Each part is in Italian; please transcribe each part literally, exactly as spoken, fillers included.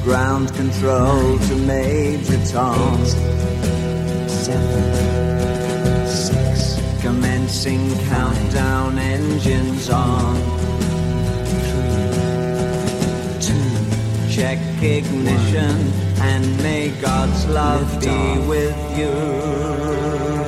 ground control to Major Tom. Seven, six, commencing countdown, engines on. Three, two, check ignition, and may God's love be with you.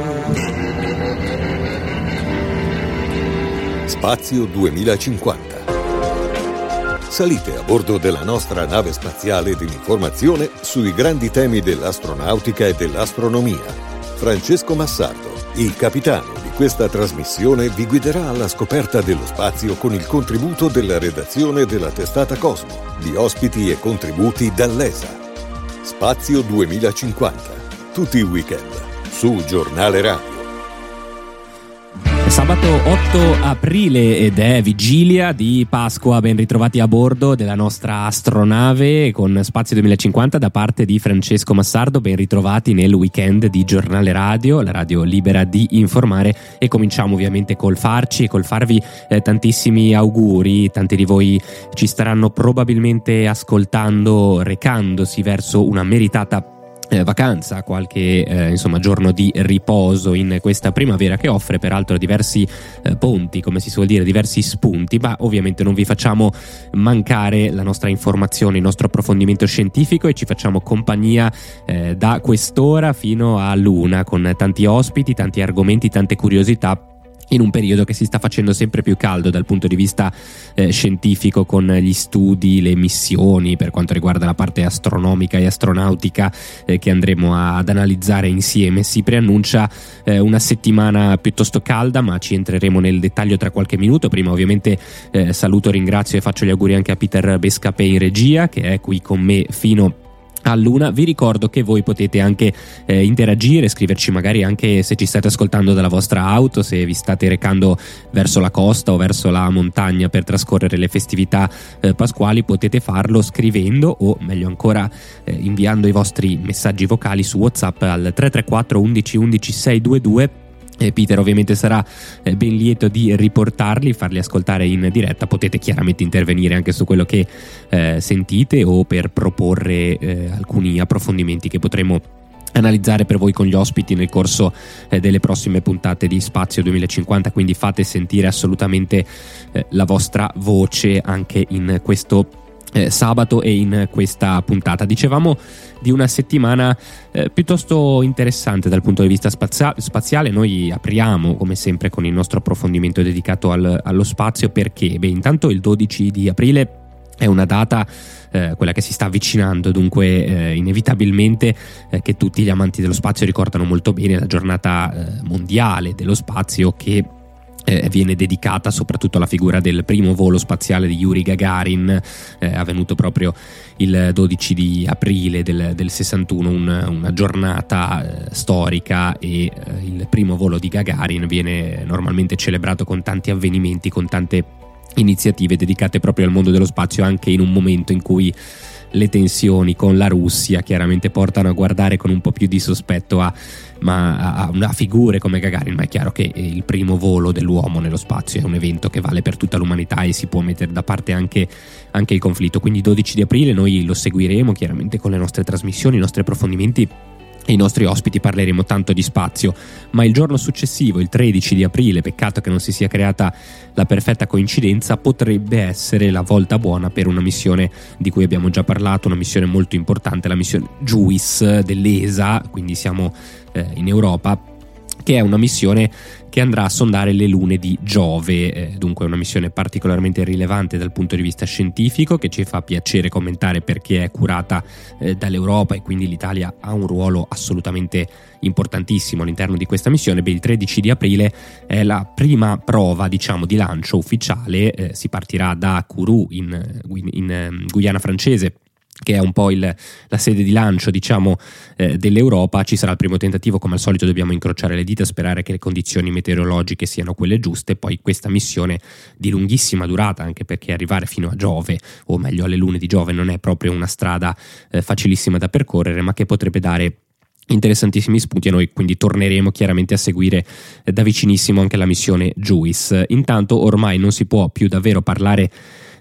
Spazio duemilacinquanta. Salite a bordo della nostra nave spaziale dell'informazione sui grandi temi dell'astronautica e dell'astronomia. Francesco Massardo, il capitano di questa trasmissione, vi guiderà alla scoperta dello spazio con il contributo della redazione della testata Cosmo, di ospiti e contributi dall'E S A. Spazio duemilacinquanta, tutti i weekend, su Giornale Radio. Sabato otto aprile ed è vigilia di Pasqua, ben ritrovati a bordo della nostra astronave con Spazio duemilacinquanta da parte di Francesco Massardo, ben ritrovati nel weekend di Giornale Radio, la radio libera di informare, e cominciamo ovviamente col farci e col farvi eh, tantissimi auguri. Tanti di voi ci staranno probabilmente ascoltando recandosi verso una meritata Eh, vacanza, qualche eh, insomma giorno di riposo in questa primavera che offre peraltro diversi eh, ponti, come si suol dire, diversi spunti, ma ovviamente non vi facciamo mancare la nostra informazione, il nostro approfondimento scientifico, e ci facciamo compagnia eh, da quest'ora fino a l'una con tanti ospiti, tanti argomenti, tante curiosità, in un periodo che si sta facendo sempre più caldo dal punto di vista eh, scientifico, con gli studi, le missioni per quanto riguarda la parte astronomica e astronautica eh, che andremo a, ad analizzare insieme. Si preannuncia eh, una settimana piuttosto calda, ma ci entreremo nel dettaglio tra qualche minuto. Prima ovviamente eh, saluto, ringrazio e faccio gli auguri anche a Peter Bescapè in regia, che è qui con me fino a luna. Vi ricordo che voi potete anche eh, interagire, scriverci magari anche se ci state ascoltando dalla vostra auto, se vi state recando verso la costa o verso la montagna per trascorrere le festività eh, pasquali. Potete farlo scrivendo o meglio ancora eh, inviando i vostri messaggi vocali su WhatsApp al tre tre quattro undici undici seicentoventidue. E Peter ovviamente sarà eh, ben lieto di riportarli, farli ascoltare in diretta. Potete chiaramente intervenire anche su quello che eh, sentite o per proporre eh, alcuni approfondimenti che potremo analizzare per voi con gli ospiti nel corso eh, delle prossime puntate di Spazio duemilacinquanta, quindi fate sentire assolutamente eh, la vostra voce anche in questo Eh, sabato e in questa puntata. Dicevamo di una settimana eh, piuttosto interessante dal punto di vista spazia- spaziale. Noi apriamo come sempre con il nostro approfondimento dedicato al, allo spazio, perché beh, intanto il dodici di aprile è una data, eh, quella che si sta avvicinando, dunque eh, inevitabilmente eh, che tutti gli amanti dello spazio ricordano molto bene, la giornata eh, mondiale dello spazio, che Eh, viene dedicata soprattutto alla figura del primo volo spaziale di Yuri Gagarin, eh, avvenuto proprio il dodici di aprile del, del sessantuno, un, una giornata eh, storica, e eh, il primo volo di Gagarin viene normalmente celebrato con tanti avvenimenti, con tante iniziative dedicate proprio al mondo dello spazio, anche in un momento in cui le tensioni con la Russia chiaramente portano a guardare con un po' più di sospetto a, ma a una figure come Gagarin. Ma è chiaro che il primo volo dell'uomo nello spazio è un evento che vale per tutta l'umanità e si può mettere da parte anche, anche il conflitto. Quindi dodici di aprile noi lo seguiremo chiaramente con le nostre trasmissioni, i nostri approfondimenti e i nostri ospiti. Parleremo tanto di spazio, ma il giorno successivo, il tredici di aprile, peccato che non si sia creata la perfetta coincidenza, potrebbe essere la volta buona per una missione di cui abbiamo già parlato, una missione molto importante, la missione JUICE dell'E S A, quindi siamo eh, in Europa, che è una missione che andrà a sondare le lune di Giove, eh, dunque una missione particolarmente rilevante dal punto di vista scientifico, che ci fa piacere commentare perché è curata eh, dall'Europa, e quindi l'Italia ha un ruolo assolutamente importantissimo all'interno di questa missione. Beh, il tredici di aprile è la prima prova, diciamo, di lancio ufficiale, eh, si partirà da Kourou in, in, in Guyana francese, che è un po' il, la sede di lancio, diciamo, eh, dell'Europa. Ci sarà il primo tentativo, come al solito dobbiamo incrociare le dita, sperare che le condizioni meteorologiche siano quelle giuste. Poi questa missione di lunghissima durata, anche perché arrivare fino a Giove, o meglio alle lune di Giove, non è proprio una strada eh, facilissima da percorrere, ma che potrebbe dare interessantissimi spunti, e noi quindi torneremo chiaramente a seguire da vicinissimo anche la missione JUICE. Intanto ormai non si può più davvero parlare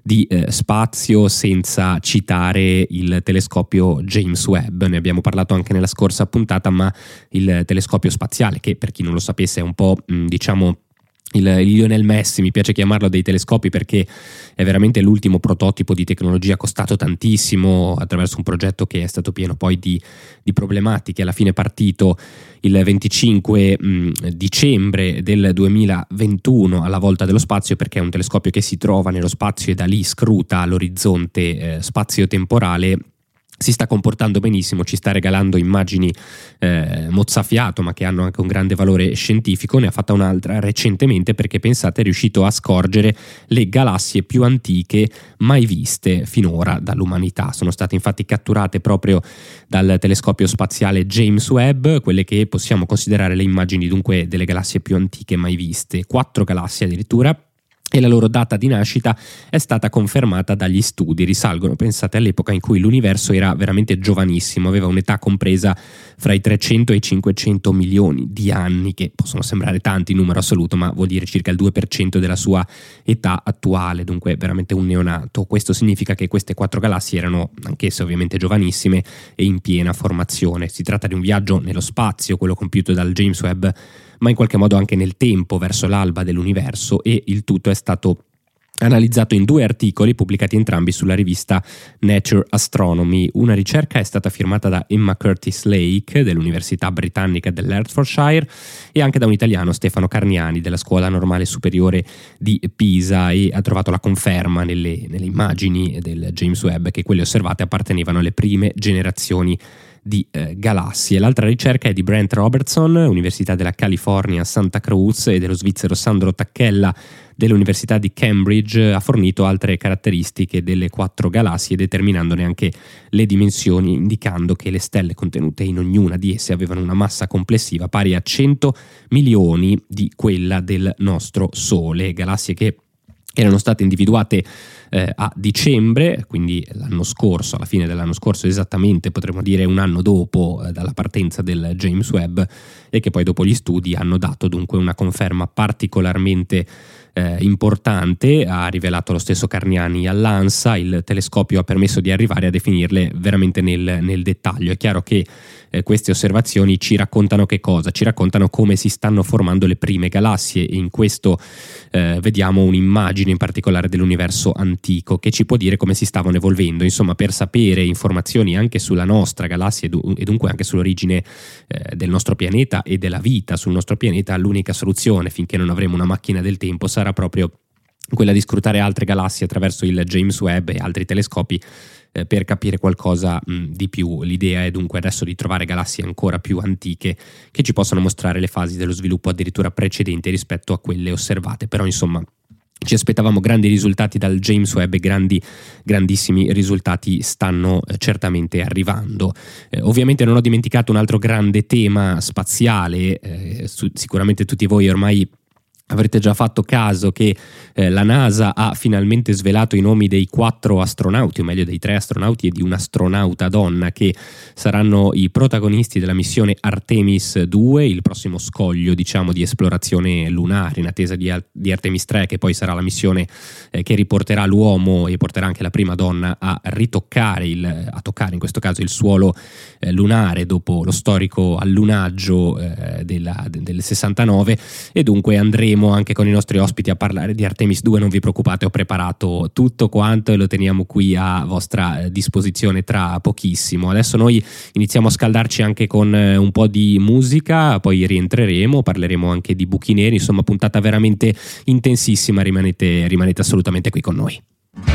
di eh, spazio senza citare il telescopio James Webb. Ne abbiamo parlato anche nella scorsa puntata, ma il telescopio spaziale, che per chi non lo sapesse è un po' mh, diciamo il, il Lionel Messi, mi piace chiamarlo, dei telescopi, perché è veramente l'ultimo prototipo di tecnologia costato tantissimo attraverso un progetto che è stato pieno poi di, di problematiche. Alla fine è partito il venticinque mh, dicembre del duemilaventuno alla volta dello spazio, perché è un telescopio che si trova nello spazio e da lì scruta l'orizzonte eh, spazio-temporale. Si sta comportando benissimo, ci sta regalando immagini eh, mozzafiato, ma che hanno anche un grande valore scientifico. Ne ha fatta un'altra recentemente, perché pensate è riuscito a scorgere le galassie più antiche mai viste finora dall'umanità. Sono state infatti catturate proprio dal telescopio spaziale James Webb, quelle che possiamo considerare le immagini dunque delle galassie più antiche mai viste, quattro galassie addirittura, e la loro data di nascita è stata confermata dagli studi. Risalgono, pensate, all'epoca in cui l'universo era veramente giovanissimo, aveva un'età compresa fra i trecento e i cinquecento milioni di anni, che possono sembrare tanti in numero assoluto, ma vuol dire circa il due per cento della sua età attuale, dunque veramente un neonato. Questo significa che queste quattro galassie erano anch'esse ovviamente giovanissime e in piena formazione. Si tratta di un viaggio nello spazio, quello compiuto dal James Webb, ma in qualche modo anche nel tempo, verso l'alba dell'universo, e il tutto è stato analizzato in due articoli pubblicati entrambi sulla rivista Nature Astronomy. Una ricerca è stata firmata da Emma Curtis Lake dell'Università Britannica dell'Hertfordshire e anche da un italiano, Stefano Carniani, della Scuola Normale Superiore di Pisa, e ha trovato la conferma nelle, nelle immagini del James Webb che quelle osservate appartenevano alle prime generazioni di eh, galassie. L'altra ricerca è di Brent Robertson, Università della California Santa Cruz, e dello svizzero Sandro Tacchella dell'Università di Cambridge. Ha fornito altre caratteristiche delle quattro galassie, determinandone anche le dimensioni, indicando che le stelle contenute in ognuna di esse avevano una massa complessiva pari a cento milioni di quella del nostro Sole, galassie che erano state individuate eh, a dicembre, quindi l'anno scorso, alla fine dell'anno scorso, esattamente potremmo dire un anno dopo eh, dalla partenza del James Webb, e che poi dopo gli studi hanno dato dunque una conferma particolarmente eh, importante. Ha rivelato lo stesso Carniani all'ANSA. Il telescopio ha permesso di arrivare a definirle veramente nel, nel dettaglio. È chiaro che eh, queste osservazioni ci raccontano che cosa? Ci raccontano come si stanno formando le prime galassie, e in questo eh, vediamo un'immagine in particolare dell'universo antico che ci può dire come si stavano evolvendo. Insomma, per sapere informazioni anche sulla nostra galassia e dunque anche sull'origine eh, del nostro pianeta e della vita sul nostro pianeta, l'unica soluzione, finché non avremo una macchina del tempo, sarà proprio quella di scrutare altre galassie attraverso il James Webb e altri telescopi eh, per capire qualcosa mh, di più. L'idea è dunque adesso di trovare galassie ancora più antiche che ci possano mostrare le fasi dello sviluppo addirittura precedenti rispetto a quelle osservate. Però insomma ci aspettavamo grandi risultati dal James Webb, e grandi, grandissimi risultati stanno eh, certamente arrivando. Eh, ovviamente non ho dimenticato un altro grande tema spaziale. Eh, su, sicuramente tutti voi ormai avrete già fatto caso che eh, la NASA ha finalmente svelato i nomi dei quattro astronauti, o meglio dei tre astronauti e di un'astronauta donna, che saranno i protagonisti della missione Artemis due, il prossimo scoglio diciamo di esplorazione lunare, in attesa di, di Artemis tre, che poi sarà la missione eh, che riporterà l'uomo e porterà anche la prima donna a ritoccare, il, a toccare in questo caso il suolo eh, lunare dopo lo storico allunaggio eh, della, del sessantanove. E dunque andremo anche con i nostri ospiti a parlare di Artemis due. Non vi preoccupate, ho preparato tutto quanto e lo teniamo qui a vostra disposizione tra pochissimo. Adesso noi iniziamo a scaldarci anche con un po' di musica, poi rientreremo, parleremo anche di buchi neri, insomma puntata veramente intensissima. Rimanete, rimanete assolutamente qui con noi.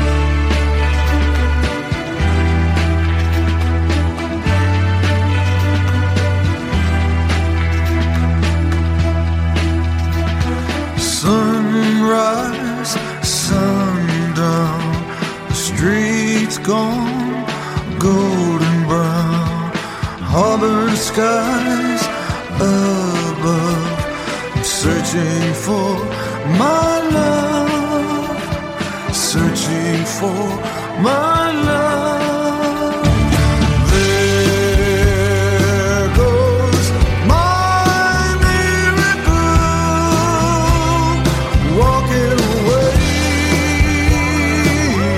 Sunrise, sundown, the streets gone golden brown, auburn skies above. I'm searching for my love, searching for my love. Walking away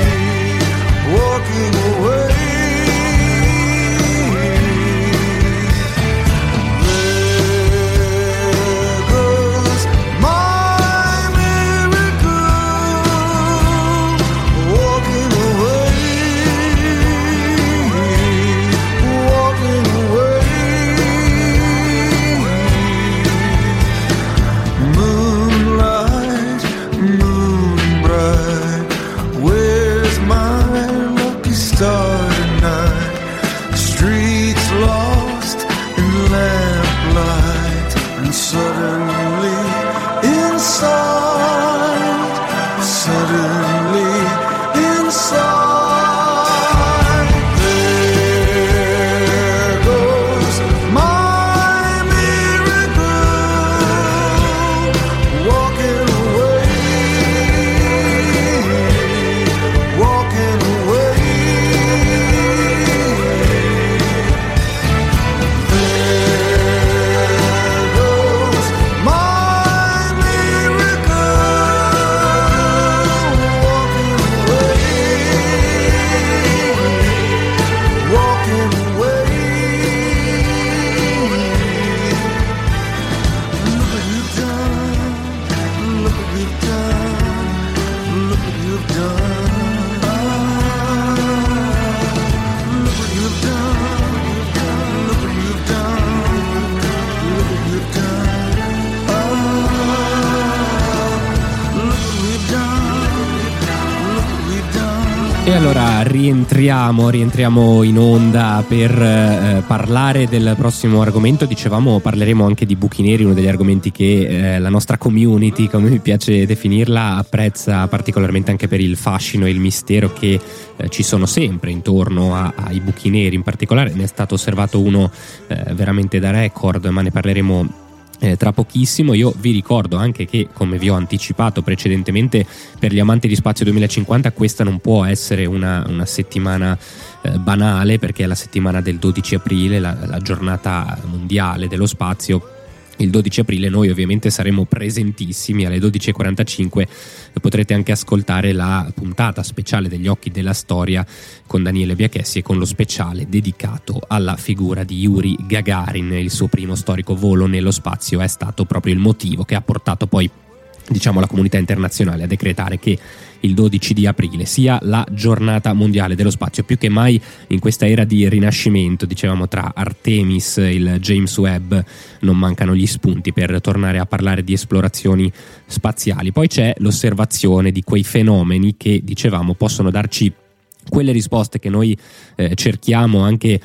E allora rientriamo, rientriamo in onda per eh, parlare del prossimo argomento. Dicevamo, parleremo anche di buchi neri, uno degli argomenti che eh, la nostra community, come mi piace definirla, apprezza particolarmente anche per il fascino e il mistero che eh, ci sono sempre intorno a, ai buchi neri. In particolare ne è stato osservato uno eh, veramente da record, ma ne parleremo Eh, tra pochissimo. Io vi ricordo anche che, come vi ho anticipato precedentemente, per gli amanti di Spazio duemilacinquanta questa non può essere una, una settimana eh, banale, perché è la settimana del dodici aprile, la, la giornata mondiale dello spazio. Il dodici aprile noi ovviamente saremo presentissimi alle dodici e quarantacinque. Potrete anche ascoltare la puntata speciale degli Occhi della Storia con Daniele Biachessi e con lo speciale dedicato alla figura di Yuri Gagarin. Il suo primo storico volo nello spazio è stato proprio il motivo che ha portato poi, diciamo, la comunità internazionale a decretare che il dodici di aprile sia la giornata mondiale dello spazio. Più che mai in questa era di rinascimento, dicevamo, tra Artemis e il James Webb non mancano gli spunti per tornare a parlare di esplorazioni spaziali. Poi c'è l'osservazione di quei fenomeni che, dicevamo, possono darci quelle risposte che noi eh, cerchiamo anche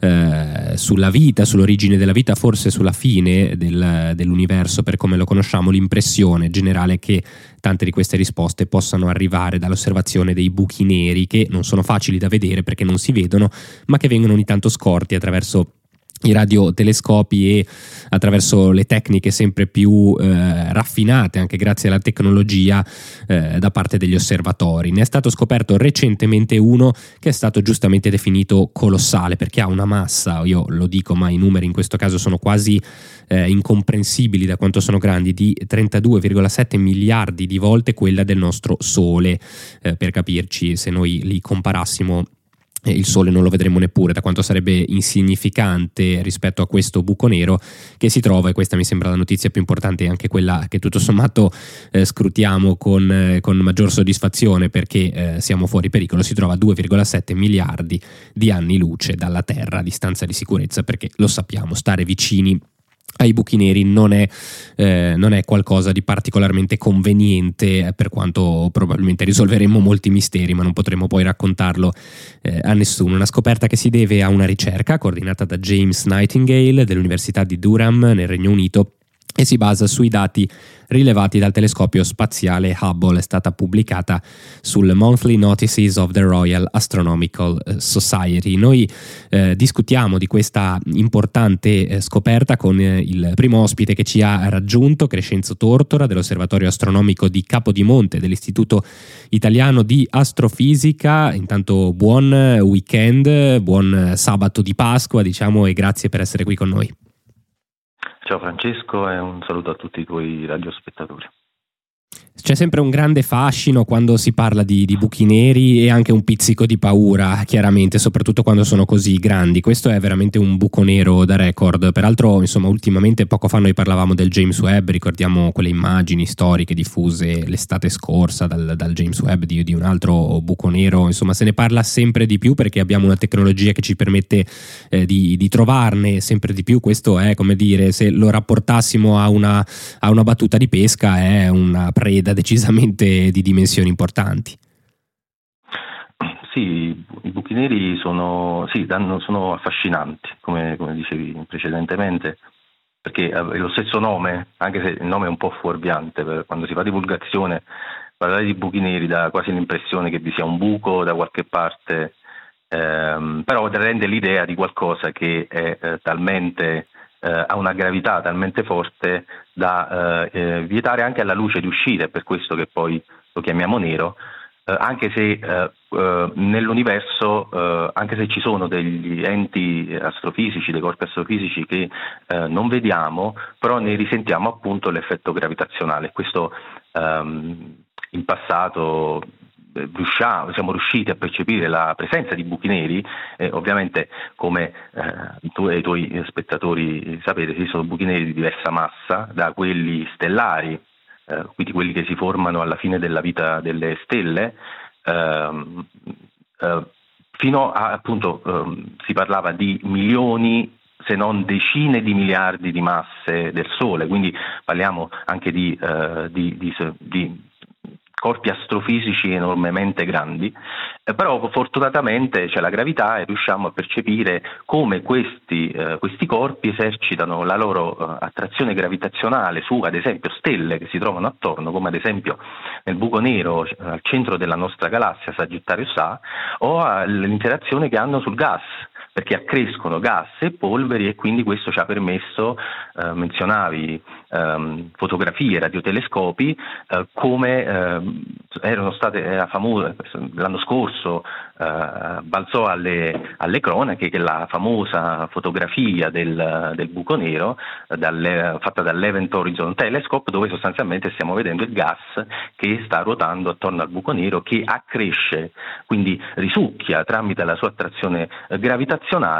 eh, sulla vita, sull'origine della vita, forse sulla fine del, dell'universo per come lo conosciamo. L'impressione generale che tante di queste risposte possano arrivare dall'osservazione dei buchi neri, che non sono facili da vedere perché non si vedono, ma che vengono ogni tanto scorti attraverso i radiotelescopi e attraverso le tecniche sempre più eh, raffinate, anche grazie alla tecnologia, eh, da parte degli osservatori. Ne è stato scoperto recentemente uno che è stato giustamente definito colossale, perché ha una massa, io lo dico ma i numeri in questo caso sono quasi eh, incomprensibili da quanto sono grandi, di trentadue virgola sette miliardi di volte quella del nostro Sole. Eh, per capirci, se noi li comparassimo, il Sole non lo vedremmo neppure, da quanto sarebbe insignificante rispetto a questo buco nero che si trova, e questa mi sembra la notizia più importante e anche quella che tutto sommato eh, scrutiamo con, eh, con maggior soddisfazione, perché eh, siamo fuori pericolo. Si trova a due virgola sette miliardi di anni luce dalla Terra, a distanza di sicurezza, perché lo sappiamo, stare vicini ai buchi neri non è, eh, non è qualcosa di particolarmente conveniente, per quanto probabilmente risolveremo molti misteri, ma non potremo poi raccontarlo eh, a nessuno. Una scoperta che si deve a una ricerca coordinata da James Nightingale dell'Università di Durham nel Regno Unito e si basa sui dati rilevati dal telescopio spaziale Hubble. È stata pubblicata sul Monthly Notices of the Royal Astronomical Society. Noi eh, discutiamo di questa importante eh, scoperta con eh, il primo ospite che ci ha raggiunto, Crescenzo Tortora, dell'Osservatorio Astronomico di Capodimonte dell'Istituto Italiano di Astrofisica. Intanto buon weekend, buon sabato di Pasqua, diciamo, e grazie per essere qui con noi. Ciao Francesco e un saluto a tutti i tuoi radiospettatori. C'è sempre un grande fascino quando si parla di, di buchi neri e anche un pizzico di paura, chiaramente, soprattutto quando sono così grandi. Questo è veramente un buco nero da record. Peraltro, insomma, ultimamente, poco fa noi parlavamo del James Webb, ricordiamo quelle immagini storiche diffuse l'estate scorsa dal, dal James Webb di, di un altro buco nero. Insomma, se ne parla sempre di più perché abbiamo una tecnologia che ci permette eh, di, di trovarne sempre di più. Questo è, come dire, se lo rapportassimo a una, a una battuta di pesca, è una preda decisamente di dimensioni importanti. Sì, i buchi neri sono, sì, danno, sono affascinanti, come, come dicevi precedentemente, perché è lo stesso nome, anche se il nome è un po' fuorviante. Per, quando si fa divulgazione, parlare di buchi neri dà quasi l'impressione che vi sia un buco da qualche parte, ehm, però rende l'idea di qualcosa che è eh, talmente eh, ha una gravità talmente forte da eh, vietare anche alla luce di uscire, è per questo che poi lo chiamiamo nero, eh, anche se eh, eh, nell'universo, eh, anche se ci sono degli enti astrofisici, dei corpi astrofisici che eh, non vediamo, però ne risentiamo appunto l'effetto gravitazionale. Questo ehm, in passato riusciamo, siamo riusciti a percepire la presenza di buchi neri, eh, ovviamente come eh, tu e i tuoi spettatori sapete, ci sono buchi neri di diversa massa, da quelli stellari, eh, quindi quelli che si formano alla fine della vita delle stelle, ehm, eh, fino a, appunto, ehm, si parlava di milioni, se non decine di miliardi di masse del Sole, quindi parliamo anche di, eh, di, di, di corpi astrofisici enormemente grandi, eh, però fortunatamente c'è la gravità e riusciamo a percepire come questi, eh, questi corpi esercitano la loro eh, attrazione gravitazionale su, ad esempio, stelle che si trovano attorno, come ad esempio nel buco nero eh, al centro della nostra galassia Sagittarius A, o all'interazione che hanno sul gas, perché accrescono gas e polveri, e quindi questo ci ha permesso, eh, menzionavi ehm, fotografie, radiotelescopi, eh, come eh, erano state, era famosa, l'anno scorso eh, balzò alle, alle cronache che la famosa fotografia del, del buco nero eh, dalle, fatta dall'Event Horizon Telescope, dove sostanzialmente stiamo vedendo il gas che sta ruotando attorno al buco nero, che accresce, quindi risucchia tramite la sua attrazione eh, gravitazionale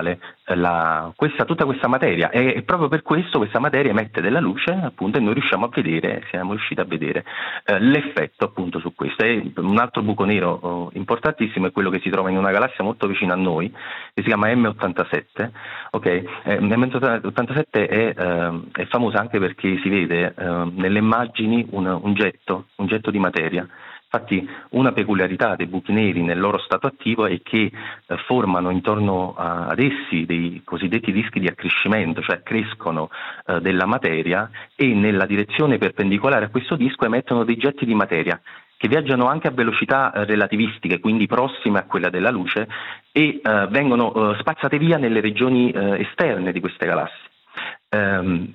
La, questa, tutta questa materia, e, e proprio per questo questa materia emette della luce, appunto, e noi riusciamo a vedere, siamo riusciti a vedere eh, l'effetto appunto su questo. E un altro buco nero oh, importantissimo è quello che si trova in una galassia molto vicina a noi, che si chiama M ottantasette. Okay? Eh, M ottantasette è, eh, è famosa anche perché si vede eh, nelle immagini un, un getto, un getto di materia. Infatti una peculiarità dei buchi neri nel loro stato attivo è che eh, formano intorno a, ad essi dei cosiddetti dischi di accrescimento, cioè crescono eh, della materia, e nella direzione perpendicolare a questo disco emettono dei getti di materia che viaggiano anche a velocità eh, relativistiche, quindi prossime a quella della luce, e eh, vengono eh, spazzate via nelle regioni eh, esterne di queste galassie. Ehm,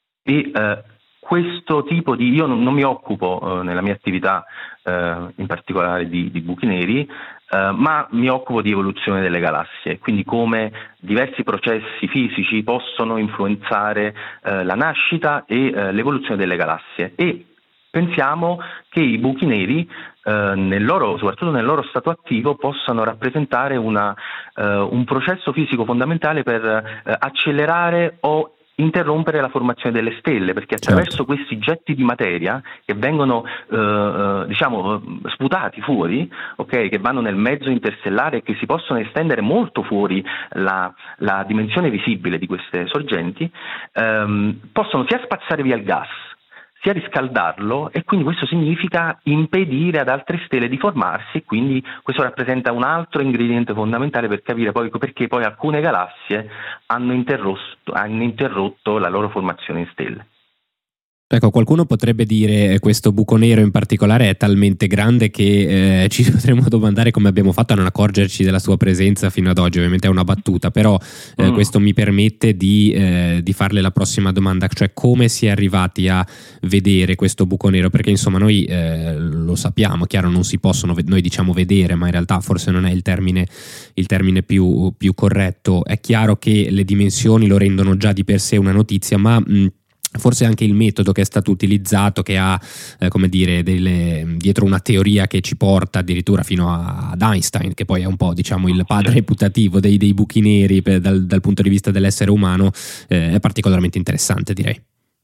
e, eh, Questo tipo di, io non, non mi occupo eh, nella mia attività eh, in particolare di, di buchi neri, eh, ma mi occupo di evoluzione delle galassie, quindi come diversi processi fisici possono influenzare eh, la nascita e eh, l'evoluzione delle galassie. E pensiamo che i buchi neri, eh, nel loro, soprattutto nel loro stato attivo, possano rappresentare una, eh, un processo fisico fondamentale per eh, accelerare o interrompere la formazione delle stelle, perché attraverso certo. questi getti di materia che vengono eh, diciamo sputati fuori, okay, che vanno nel mezzo interstellare e che si possono estendere molto fuori la, la dimensione visibile di queste sorgenti, ehm, possono sia spazzare via il gas sia riscaldarlo, e quindi questo significa impedire ad altre stelle di formarsi, e quindi questo rappresenta un altro ingrediente fondamentale per capire poi perché poi alcune galassie hanno interrotto, hanno interrotto la loro formazione in stelle. Ecco, qualcuno potrebbe dire che questo buco nero in particolare è talmente grande che eh, ci potremmo domandare come abbiamo fatto a non accorgerci della sua presenza fino ad oggi. Ovviamente è una battuta, però eh, mm. questo mi permette di, eh, di farle la prossima domanda, cioè come si è arrivati a vedere questo buco nero, perché insomma noi eh, lo sappiamo, chiaro, non si possono, noi diciamo vedere, ma in realtà forse non è il termine, il termine più, più corretto. È chiaro che le dimensioni lo rendono già di per sé una notizia, ma mh, forse anche il metodo che è stato utilizzato, che ha eh, come dire delle, dietro una teoria che ci porta addirittura fino a, ad Einstein, che poi è un po' diciamo il padre putativo dei, dei buchi neri per, dal, dal punto di vista dell'essere umano, eh, è particolarmente interessante, direi.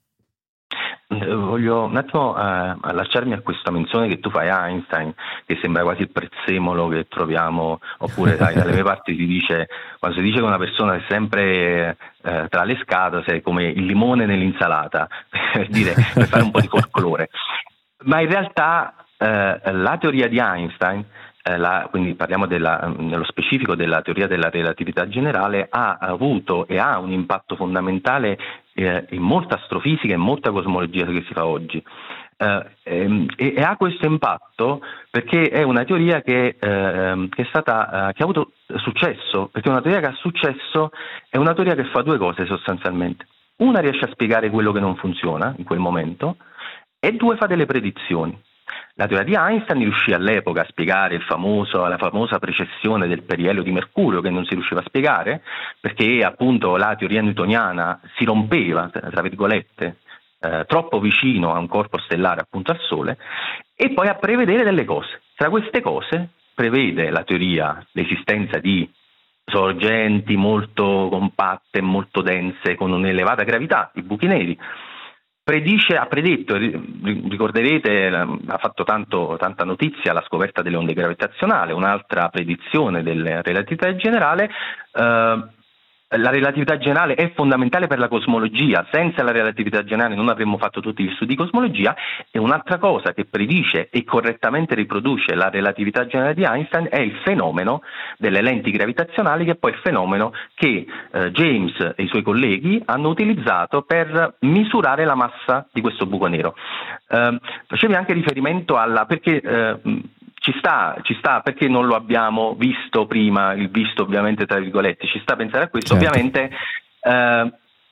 Voglio un attimo eh, allacciarmi a questa menzione che tu fai a Einstein, che sembra quasi il prezzemolo che troviamo, oppure sai, dalle mie parti si dice, quando si dice che una persona è sempre eh, tra le scatole, come il limone nell'insalata, per dire, per fare un po' di folklore. Ma in realtà eh, la teoria di Einstein, eh, la, quindi parliamo della, nello specifico della teoria della relatività generale, ha avuto e ha un impatto fondamentale eh, in molta astrofisica e in molta cosmologia che si fa oggi. Eh, ehm, e, e ha questo impatto perché è una teoria che, eh, che è stata eh, che ha avuto successo, perché una teoria che ha successo è una teoria che fa due cose sostanzialmente. Una, riesce a spiegare quello che non funziona in quel momento, e due, fa delle predizioni. La teoria di Einstein riuscì all'epoca a spiegare il famoso, la famosa precessione del perielio di Mercurio, che non si riusciva a spiegare perché appunto la teoria newtoniana si rompeva, tra virgolette, eh, troppo vicino a un corpo stellare, appunto al Sole, e poi a prevedere delle cose. Tra queste cose prevede la teoria l'esistenza di sorgenti molto compatte, molto dense, con un'elevata gravità, i buchi neri. Predice, ha predetto, ricorderete, ha fatto tanto, tanta notizia la scoperta delle onde gravitazionali, un'altra predizione della relatività generale, eh, la relatività generale è fondamentale per la cosmologia, senza la relatività generale non avremmo fatto tutti gli studi di cosmologia, e un'altra cosa che predice e correttamente riproduce la relatività generale di Einstein è il fenomeno delle lenti gravitazionali, che è poi il fenomeno che eh, James e i suoi colleghi hanno utilizzato per misurare la massa di questo buco nero. Eh, facevi anche riferimento alla... perché... Eh, Ci sta, ci sta, perché non lo abbiamo visto prima, il visto ovviamente tra virgolette, ci sta a pensare a questo, certo. Ovviamente eh,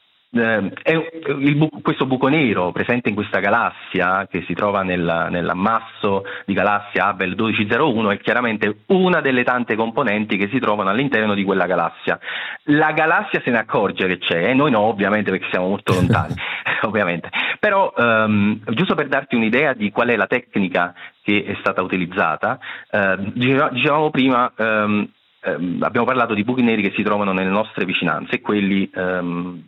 eh, è il bu- questo buco nero presente in questa galassia, che si trova nel, nell'ammasso di galassia Hubble dodici zero uno, è chiaramente una delle tante componenti che si trovano all'interno di quella galassia. La galassia se ne accorge che c'è, e noi no, ovviamente, perché siamo molto lontani, ovviamente. Però ehm, giusto per darti un'idea di qual è la tecnica che è stata utilizzata, eh, dicevamo prima, ehm, ehm, abbiamo parlato di buchi neri che si trovano nelle nostre vicinanze, e quelli ehm,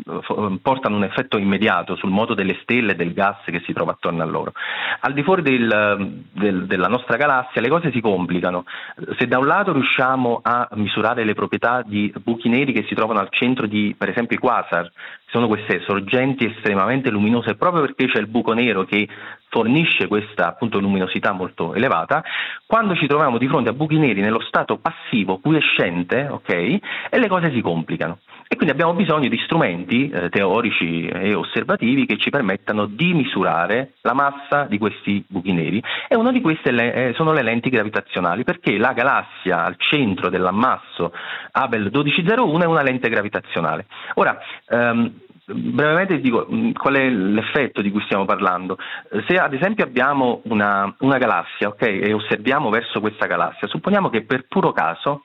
portano un effetto immediato sul moto delle stelle e del gas che si trova attorno a loro. Al di fuori del, del, della nostra galassia le cose si complicano. Se da un lato riusciamo a misurare le proprietà di buchi neri che si trovano al centro di, per esempio, i quasar, sono queste sorgenti estremamente luminose proprio perché c'è il buco nero che fornisce questa appunto luminosità molto elevata, quando ci troviamo di fronte a buchi neri nello stato passivo, quiescente, ok, e le cose si complicano. E quindi abbiamo bisogno di strumenti eh, teorici e osservativi che ci permettano di misurare la massa di questi buchi neri, e una di queste le, eh, sono le lenti gravitazionali, perché la galassia al centro dell'ammasso Hubble dodici zero uno è una lente gravitazionale. Ora, ehm, brevemente ti dico qual è l'effetto di cui stiamo parlando. Se ad esempio abbiamo una, una galassia, ok, e osserviamo verso questa galassia, supponiamo che per puro caso,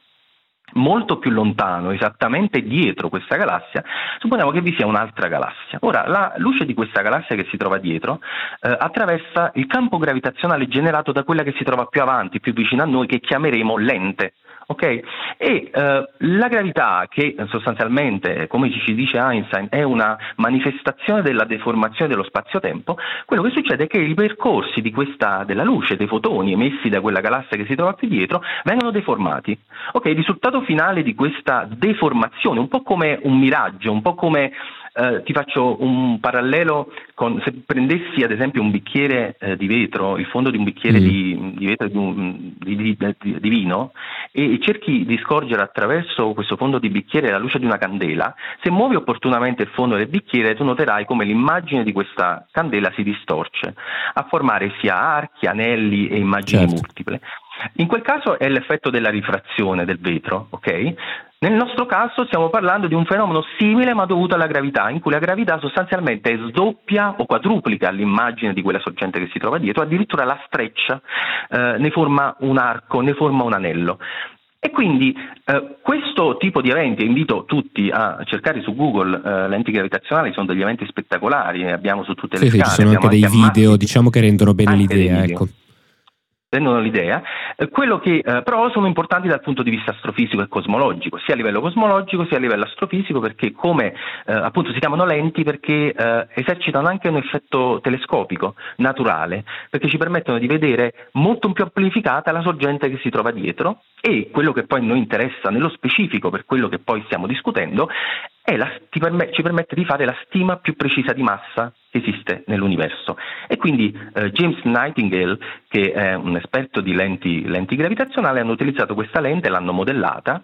molto più lontano, esattamente dietro questa galassia, supponiamo che vi sia un'altra galassia. Ora, la luce di questa galassia che si trova dietro eh, attraversa il campo gravitazionale generato da quella che si trova più avanti, più vicino a noi, che chiameremo lente. Ok? E eh, la gravità, che sostanzialmente, come ci dice Einstein, è una manifestazione della deformazione dello spazio-tempo, quello che succede è che i percorsi di questa, della luce, dei fotoni emessi da quella galassia che si trova più dietro, vengono deformati. Ok? Il risultato finale di questa deformazione, un po' come un miraggio, un po' come Uh, ti faccio un parallelo con, se prendessi ad esempio un bicchiere uh, di vetro, il fondo di un bicchiere mm. di, di vetro di, un, di, di, di, di vino, e cerchi di scorgere attraverso questo fondo di bicchiere la luce di una candela, se muovi opportunamente il fondo del bicchiere tu noterai come l'immagine di questa candela si distorce a formare sia archi, anelli e immagini certo. multiple. In quel caso è l'effetto della rifrazione del vetro, ok? Nel nostro caso stiamo parlando di un fenomeno simile ma dovuto alla gravità, in cui la gravità sostanzialmente sdoppia o quadruplica l'immagine di quella sorgente che si trova dietro, addirittura la streccia, eh, ne forma un arco, ne forma un anello. E quindi eh, questo tipo di eventi, invito tutti a cercare su Google eh, lenti gravitazionali, sono degli eventi spettacolari, ne abbiamo su tutte le sì, scale. Sì, ci sono anche dei video, ammatti, diciamo, che rendono bene l'idea, ecco. Rendono l'idea, eh, quello che eh, però sono importanti dal punto di vista astrofisico e cosmologico, sia a livello cosmologico sia a livello astrofisico, perché come eh, appunto si chiamano lenti perché eh, esercitano anche un effetto telescopico naturale, perché ci permettono di vedere molto più amplificata la sorgente che si trova dietro, e quello che poi noi interessa nello specifico per quello che poi stiamo discutendo è la, ti perm- ci permette di fare la stima più precisa di massa che esiste nell'universo. E quindi eh, James Nightingale, che è un esperto di lenti, lenti gravitazionali, hanno utilizzato questa lente, l'hanno modellata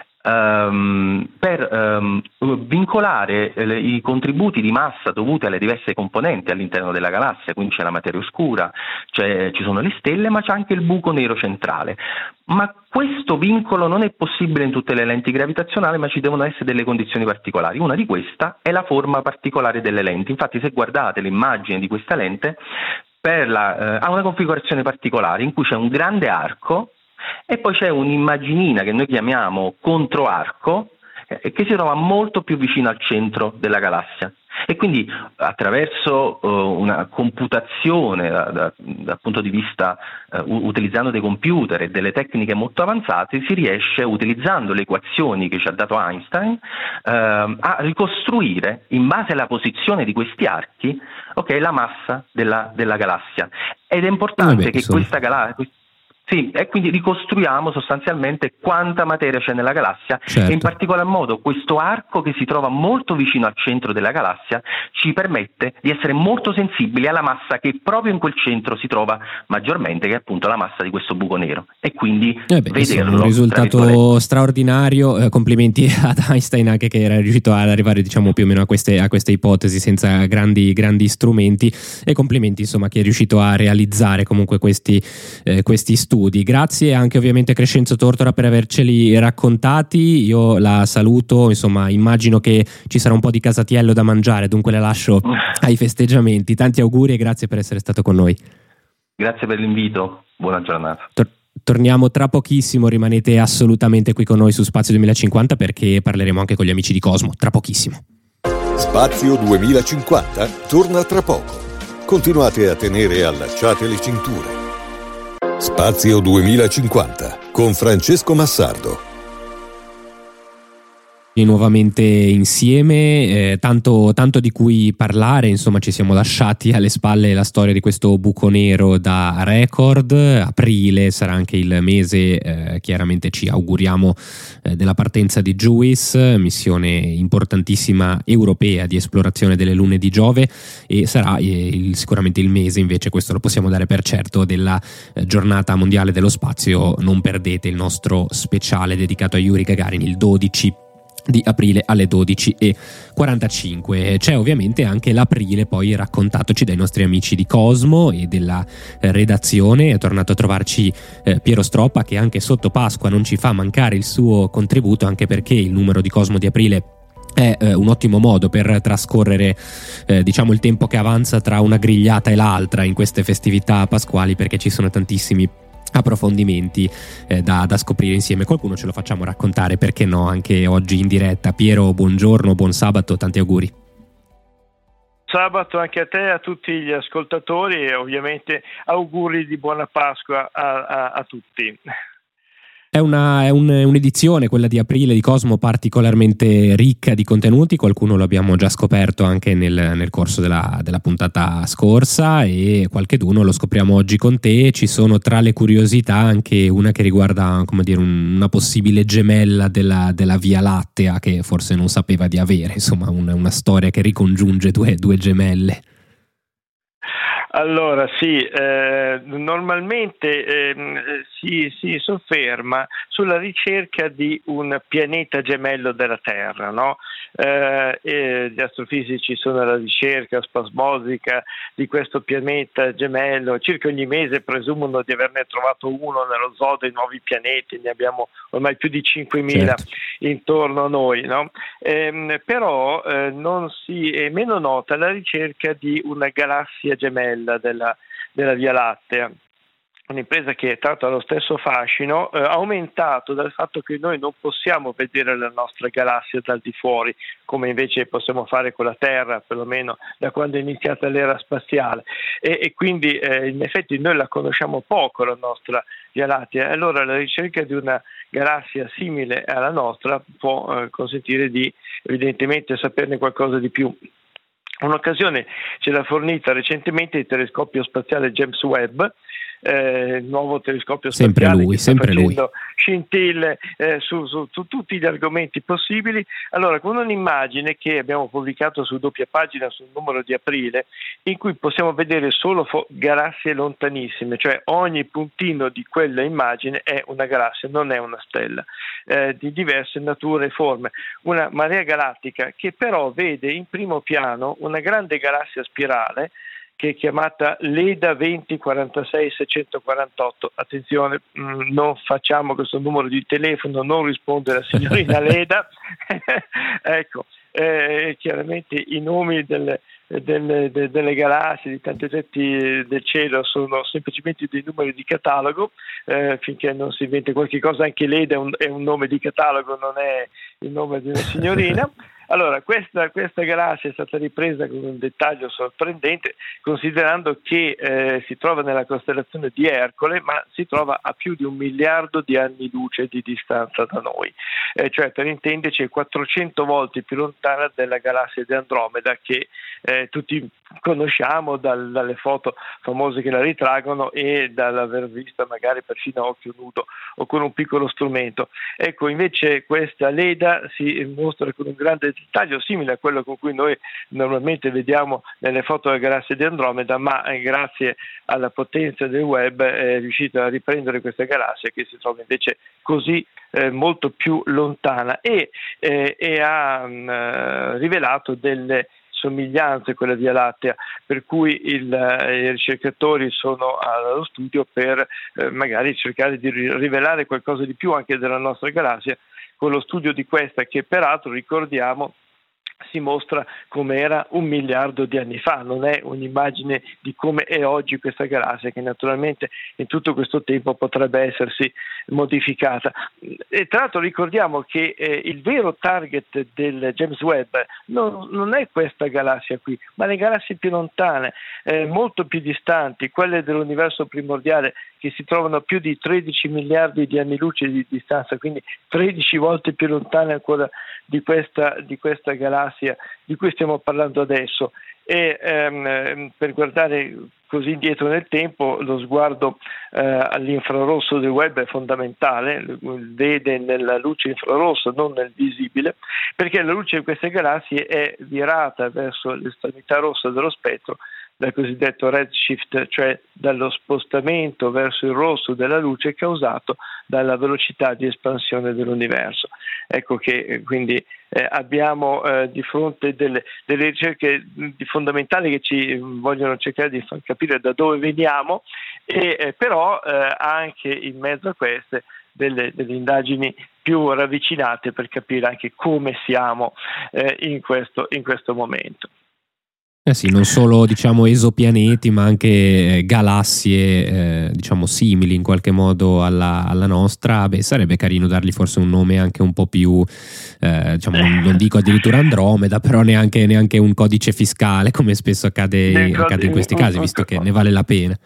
Um, per um, vincolare eh, i contributi di massa dovuti alle diverse componenti all'interno della galassia. Quindi c'è la materia oscura, c'è, ci sono le stelle, ma c'è anche il buco nero centrale. Ma questo vincolo non è possibile in tutte le lenti gravitazionali, ma ci devono essere delle condizioni particolari. Una di queste è la forma particolare delle lenti. Infatti, se guardate l'immagine di questa lente, per la, eh, ha una configurazione particolare in cui c'è un grande arco e poi c'è un'immaginina che noi chiamiamo controarco eh, che si trova molto più vicino al centro della galassia, e quindi attraverso uh, una computazione da, da, dal punto di vista uh, utilizzando dei computer e delle tecniche molto avanzate si riesce, utilizzando le equazioni che ci ha dato Einstein, uh, a ricostruire in base alla posizione di questi archi, okay, la massa della, della galassia. Ed è importante Vabbè, che insomma. questa galassia Sì, e quindi ricostruiamo sostanzialmente quanta materia c'è nella galassia, certo. E in particolar modo questo arco che si trova molto vicino al centro della galassia ci permette di essere molto sensibili alla massa che proprio in quel centro si trova maggiormente, che è appunto la massa di questo buco nero, e quindi eh beh, vederlo. Un risultato straordinario, eh, complimenti ad Einstein anche che era riuscito ad arrivare diciamo più o meno a queste, a queste ipotesi senza grandi, grandi strumenti, e complimenti insomma a chi è riuscito a realizzare comunque questi, eh, questi studi. Grazie anche ovviamente a Crescenzo Tortora per averceli raccontati. Io la saluto, insomma immagino che ci sarà un po' di casatiello da mangiare, dunque la lascio ai festeggiamenti. Tanti auguri e grazie per essere stato con noi. Grazie per l'invito, buona giornata. Tor- torniamo tra pochissimo, rimanete assolutamente qui con noi su Spazio duemilacinquanta perché parleremo anche con gli amici di Cosmo, tra pochissimo. Spazio duemilacinquanta torna tra poco. Continuate a tenere allacciate le cinture. Spazio duemilacinquanta con Francesco Massardo. Nuovamente insieme, eh, tanto, tanto di cui parlare, insomma ci siamo lasciati alle spalle la storia di questo buco nero da record. Aprile sarà anche il mese, eh, chiaramente ci auguriamo, eh, della partenza di JUICE, missione importantissima europea di esplorazione delle lune di Giove, e sarà eh, il, sicuramente il mese, invece questo lo possiamo dare per certo, della eh, giornata mondiale dello spazio. Non perdete il nostro speciale dedicato a Yuri Gagarin il dodici di aprile alle dodici e quarantacinque. C'è ovviamente anche l'aprile poi raccontatoci dai nostri amici di Cosmo e della redazione. È tornato a trovarci eh, Piero Stroppa, che anche sotto Pasqua non ci fa mancare il suo contributo, anche perché il numero di Cosmo di aprile è eh, un ottimo modo per trascorrere eh, diciamo il tempo che avanza tra una grigliata e l'altra in queste festività pasquali, perché ci sono tantissimi approfondimenti eh, da, da scoprire insieme. Qualcuno ce lo facciamo raccontare, perché no, anche oggi in diretta. Piero, buongiorno, buon sabato, tanti auguri. Sabato anche a te, a tutti gli ascoltatori, e ovviamente auguri di buona Pasqua a, a, a tutti. È, una, è un, un'edizione, quella di aprile di Cosmo, particolarmente ricca di contenuti. Qualcuno lo abbiamo già scoperto anche nel, nel corso della, della puntata scorsa, e qualcheduno lo scopriamo oggi con te. Ci sono tra le curiosità anche una che riguarda, come dire, un, una possibile gemella della, della Via Lattea, che forse non sapeva di avere, insomma una, una storia che ricongiunge due, due gemelle. Allora sì, eh, normalmente eh, si, si sofferma sulla ricerca di un pianeta gemello della Terra, no? Eh, e gli astrofisici sono alla ricerca spasmodica di questo pianeta gemello. Circa ogni mese presumono di averne trovato uno nello zoo dei nuovi pianeti, ne abbiamo ormai più di cinquemila certo. intorno a noi, no? Eh, però eh, non si è meno nota la ricerca di una galassia gemella Della, della Via Lattea, un'impresa che tratta lo stesso fascino, eh, aumentato dal fatto che noi non possiamo vedere la nostra galassia dal di fuori, come invece possiamo fare con la Terra, perlomeno da quando è iniziata l'era spaziale, e, e quindi eh, in effetti noi la conosciamo poco, la nostra Via Lattea. Allora la ricerca di una galassia simile alla nostra può eh, consentire di evidentemente saperne qualcosa di più. Un'occasione ce l'ha fornita recentemente il telescopio spaziale James Webb, eh, il nuovo telescopio sempre spaziale lui, che sta sempre facendo lui. scintille eh, su, su, su tutti gli argomenti possibili. Allora, con un'immagine che abbiamo pubblicato su doppia pagina sul numero di aprile, in cui possiamo vedere solo fo- galassie lontanissime, cioè ogni puntino di quella immagine è una galassia, non è una stella, eh, di diverse nature e forme. Una marea galattica che però vede in primo piano una grande galassia spirale che è chiamata Leda venti quarantasei seicentoquarantotto. Attenzione, mh, non facciamo questo numero di telefono, non risponde la signorina Leda. Ecco, eh, chiaramente i nomi delle, delle, de, delle galassie, di tanti oggetti del cielo sono semplicemente dei numeri di catalogo, eh, finché non si inventa qualche cosa. Anche Leda è un, è un nome di catalogo, non è il nome di una signorina. Allora, questa, questa galassia è stata ripresa con un dettaglio sorprendente, considerando che eh, si trova nella costellazione di Ercole, ma si trova a più di un miliardo di anni luce di distanza da noi, eh, cioè per intenderci è quattrocento volte più lontana della galassia di Andromeda, che eh, tutti conosciamo dal, dalle foto famose che la ritraggono e dall'aver vista magari persino a occhio nudo o con un piccolo strumento. Ecco, invece questa Leda si mostra con un grande dettaglio simile a quello con cui noi normalmente vediamo nelle foto della galassia di Andromeda, ma eh, grazie alla potenza del web è riuscita a riprendere questa galassia che si trova invece così eh, molto più lontana e, eh, e ha mh, rivelato delle somiglianze con la Via Lattea, per cui il, i ricercatori sono allo studio per eh, magari cercare di rivelare qualcosa di più anche della nostra galassia, con lo studio di questa che peraltro, ricordiamo, si mostra come era un miliardo di anni fa, non è un'immagine di come è oggi questa galassia, che naturalmente in tutto questo tempo potrebbe essersi modificata. E tra l'altro ricordiamo che eh, il vero target del James Webb non, non è questa galassia qui, ma le galassie più lontane, eh, molto più distanti, quelle dell'universo primordiale, che si trovano a più di tredici miliardi di anni luce di distanza, quindi tredici volte più lontane ancora di questa, di questa galassia di cui stiamo parlando adesso. E ehm, per guardare così indietro nel tempo, lo sguardo eh, all'infrarosso del web è fondamentale, vede nella luce infrarossa, non nel visibile, perché la luce di queste galassie è virata verso l'estremità rossa dello spettro, dal cosiddetto redshift, cioè dallo spostamento verso il rosso della luce causato dalla velocità di espansione dell'universo. Ecco che eh, quindi eh, abbiamo eh, di fronte delle, delle ricerche di fondamentali che ci vogliono cercare di far capire da dove veniamo, e eh, però eh, anche in mezzo a queste delle, delle indagini più ravvicinate per capire anche come siamo eh, in questo, in questo momento. Eh sì, non solo diciamo esopianeti, ma anche eh, galassie eh, diciamo simili in qualche modo alla, alla nostra. Beh, sarebbe carino dargli forse un nome anche un po' più eh, diciamo, non, non dico addirittura Andromeda, però neanche, neanche un codice fiscale, come spesso accade, accade in questi casi, visto che ne vale la pena.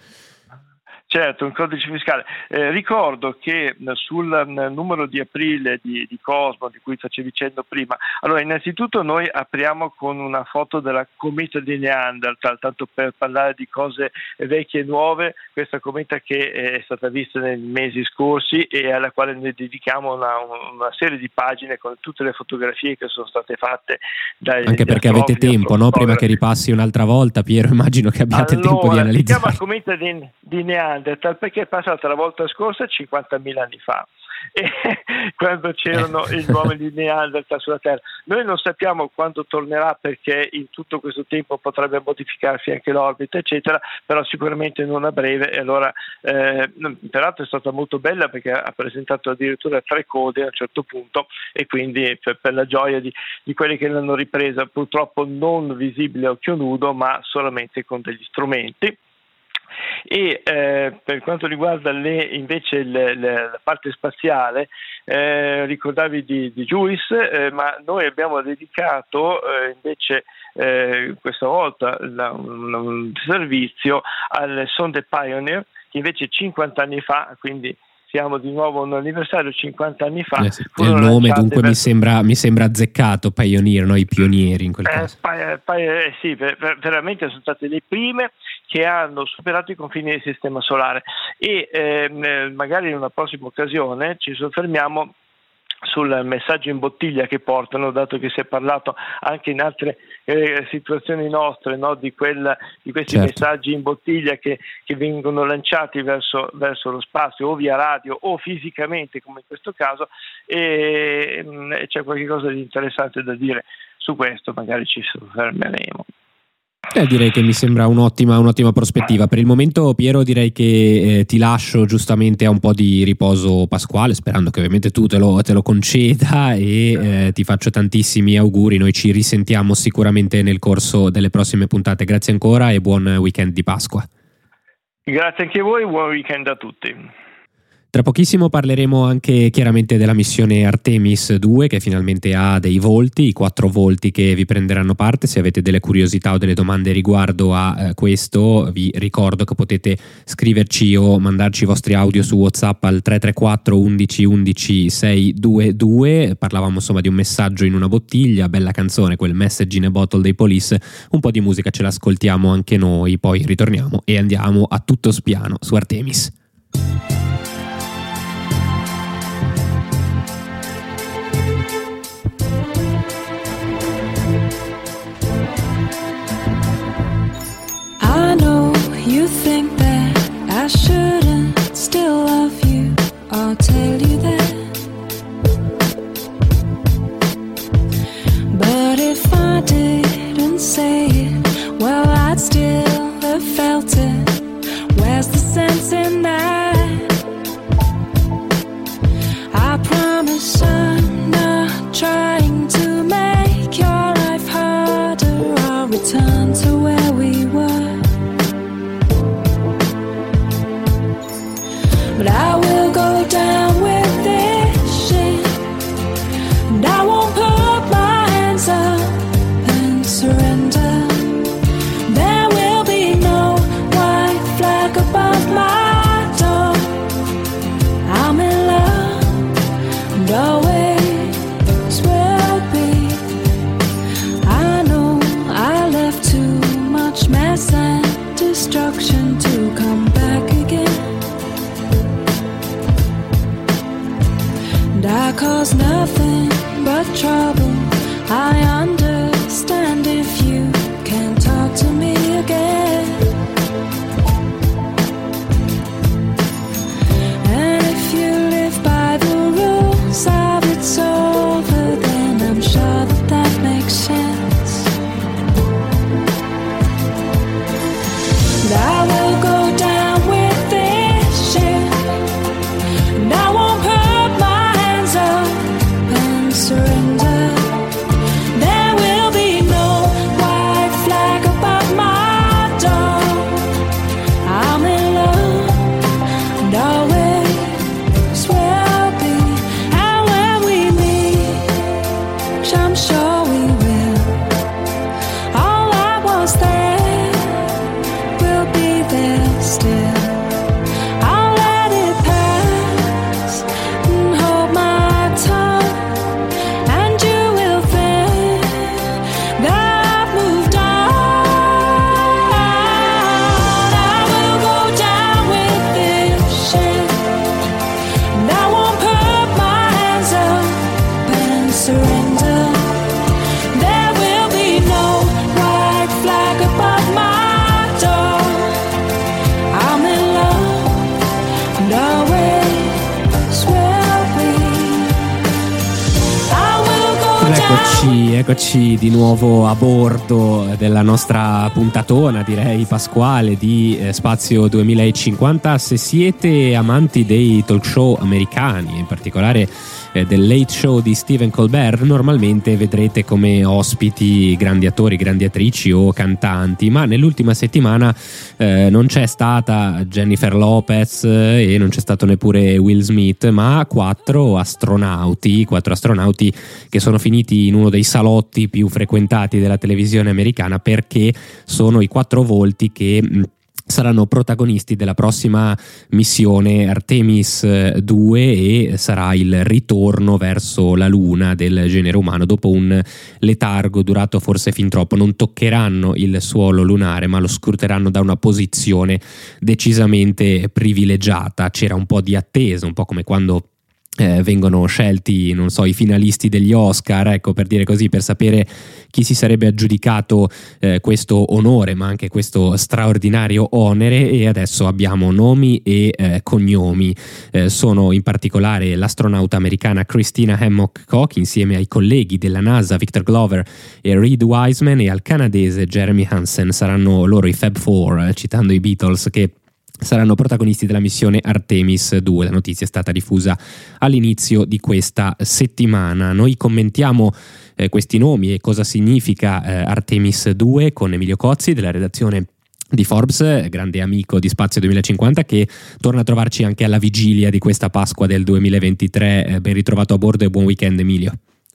Certo, un codice fiscale. Eh, ricordo che sul numero di aprile di, di Cosmo, di cui facevi cenno prima, allora innanzitutto noi apriamo con una foto della cometa di Neanderthal, tanto per parlare di cose vecchie e nuove, questa cometa che è stata vista nei mesi scorsi e alla quale noi dedichiamo una, una serie di pagine con tutte le fotografie che sono state fatte dai anche perché avete tempo, no? Prima che ripassi un'altra volta, Piero, immagino che abbiate allora, tempo di analizzare. Si chiama cometa di, di Neanderthal perché è passata la volta scorsa cinquantamila anni fa, e quando c'erano gli uomini di Neanderthal sulla Terra. Noi non sappiamo quando tornerà, perché in tutto questo tempo potrebbe modificarsi anche l'orbita eccetera, però sicuramente non a breve. E allora eh, peraltro è stata molto bella perché ha presentato addirittura tre code a un certo punto, e quindi per, per la gioia di, di quelli che l'hanno ripresa, purtroppo non visibile a occhio nudo ma solamente con degli strumenti. E eh, per quanto riguarda le, invece le, le, la parte spaziale, eh, ricordavi di, di JUICE, eh, ma noi abbiamo dedicato eh, invece eh, questa volta la, un, un servizio alle sonde Pioneer, che invece cinquanta anni fa, quindi siamo di nuovo un anniversario, cinquanta anni fa. Eh sì, il nome dunque verso... mi sembra mi sembra azzeccato, Pioneer, no? I pionieri in quel eh, caso. Pa- pa- eh, sì, per, per, veramente sono state le prime che hanno superato i confini del sistema solare, e ehm, magari in una prossima occasione ci soffermiamo sul messaggio in bottiglia che portano, dato che si è parlato anche in altre eh, situazioni nostre, no, di, quella, di questi certo. messaggi in bottiglia che, che vengono lanciati verso, verso lo spazio, o via radio o fisicamente come in questo caso, e mh, c'è qualcosa di interessante da dire su questo, magari ci soffermeremo. Eh, direi che mi sembra un'ottima, un'ottima prospettiva. Per il momento, Piero, direi che eh, ti lascio giustamente a un po' di riposo pasquale, sperando che ovviamente tu te lo, te lo conceda, e eh, ti faccio tantissimi auguri. Noi ci risentiamo sicuramente nel corso delle prossime puntate. Grazie ancora e buon weekend di Pasqua. Grazie anche a voi, buon weekend a tutti. Tra pochissimo parleremo anche chiaramente della missione Artemis due, che finalmente ha dei volti, i quattro volti che vi prenderanno parte. Se avete delle curiosità o delle domande riguardo a eh, questo, vi ricordo che potete scriverci o mandarci i vostri audio su WhatsApp al tre tre quattro undici undici seicentoventidue. Parlavamo insomma di un messaggio in una bottiglia, bella canzone, quel Message in a Bottle dei Police. Un po' di musica ce l'ascoltiamo anche noi, poi ritorniamo e andiamo a tutto spiano su Artemis. I know you think that I shouldn't still love you, I'll tell you that. But if I didn't say it, well, I'd still have felt it. Where's the sense in that? I promise I'm not trying to make your life harder. I'll return to where we were. But I will go down with this shit, and I won't put my hands up and surrender. There will be no white flag above my door. I'm in love, and always will be. I know I left too much mess and destruction to come back again. And I cause nothing but trouble. I understand if you can't talk to me again. And if you live by the rules of it's over, then I'm sure that that makes sense. And I will go down with this shit, and I won't put my hands up and surrender. There will be no white flag above my door. I'm in love, and always will be. And when we meet, which I'm sure we will, all I was there will be there still. I'll let it pass and hold my tongue, and you will think that I've moved on. I will go down with this shit, and I won't put my hands up and surrender. There will be no white flag above my door. I'm in love, and always will be. I will go down. Eccoci, eccoci di nuovo a bordo della nostra puntatona, direi pasquale, di eh, Spazio duemilacinquanta. Se siete amanti dei talk show americani, in particolare eh, del Late Show di Stephen Colbert, normalmente vedrete come ospiti grandi attori, grandi attrici o cantanti, ma nell'ultima settimana eh, non c'è stata Jennifer Lopez eh, e non c'è stato neppure Will Smith, ma quattro astronauti, quattro astronauti che sono finiti in uno dei salotti più frequentati della televisione americana, perché sono i quattro volti che mh, saranno protagonisti della prossima missione Artemis due, e sarà il ritorno verso la Luna del genere umano dopo un letargo durato forse fin troppo. Non toccheranno il suolo lunare, ma lo scruteranno da una posizione decisamente privilegiata. C'era un po' di attesa, un po' come quando Eh, vengono scelti, non so, i finalisti degli Oscar, ecco, per dire così, per sapere chi si sarebbe aggiudicato eh, questo onore, ma anche questo straordinario onere. E adesso abbiamo nomi e eh, cognomi. Eh, sono in particolare l'astronauta americana Christina Hammock Koch, insieme ai colleghi della NASA Victor Glover e Reed Wiseman, e al canadese Jeremy Hansen. Saranno loro i Fab Four, eh, citando i Beatles, che saranno protagonisti della missione Artemis due. La notizia è stata diffusa all'inizio di questa settimana. Noi commentiamo eh, questi nomi e cosa significa eh, Artemis due con Emilio Cozzi della redazione di Forbes, grande amico di Spazio duemilacinquanta, che torna a trovarci anche alla vigilia di questa Pasqua del duemilaventitré. Eh, ben ritrovato a bordo e buon weekend, Emilio.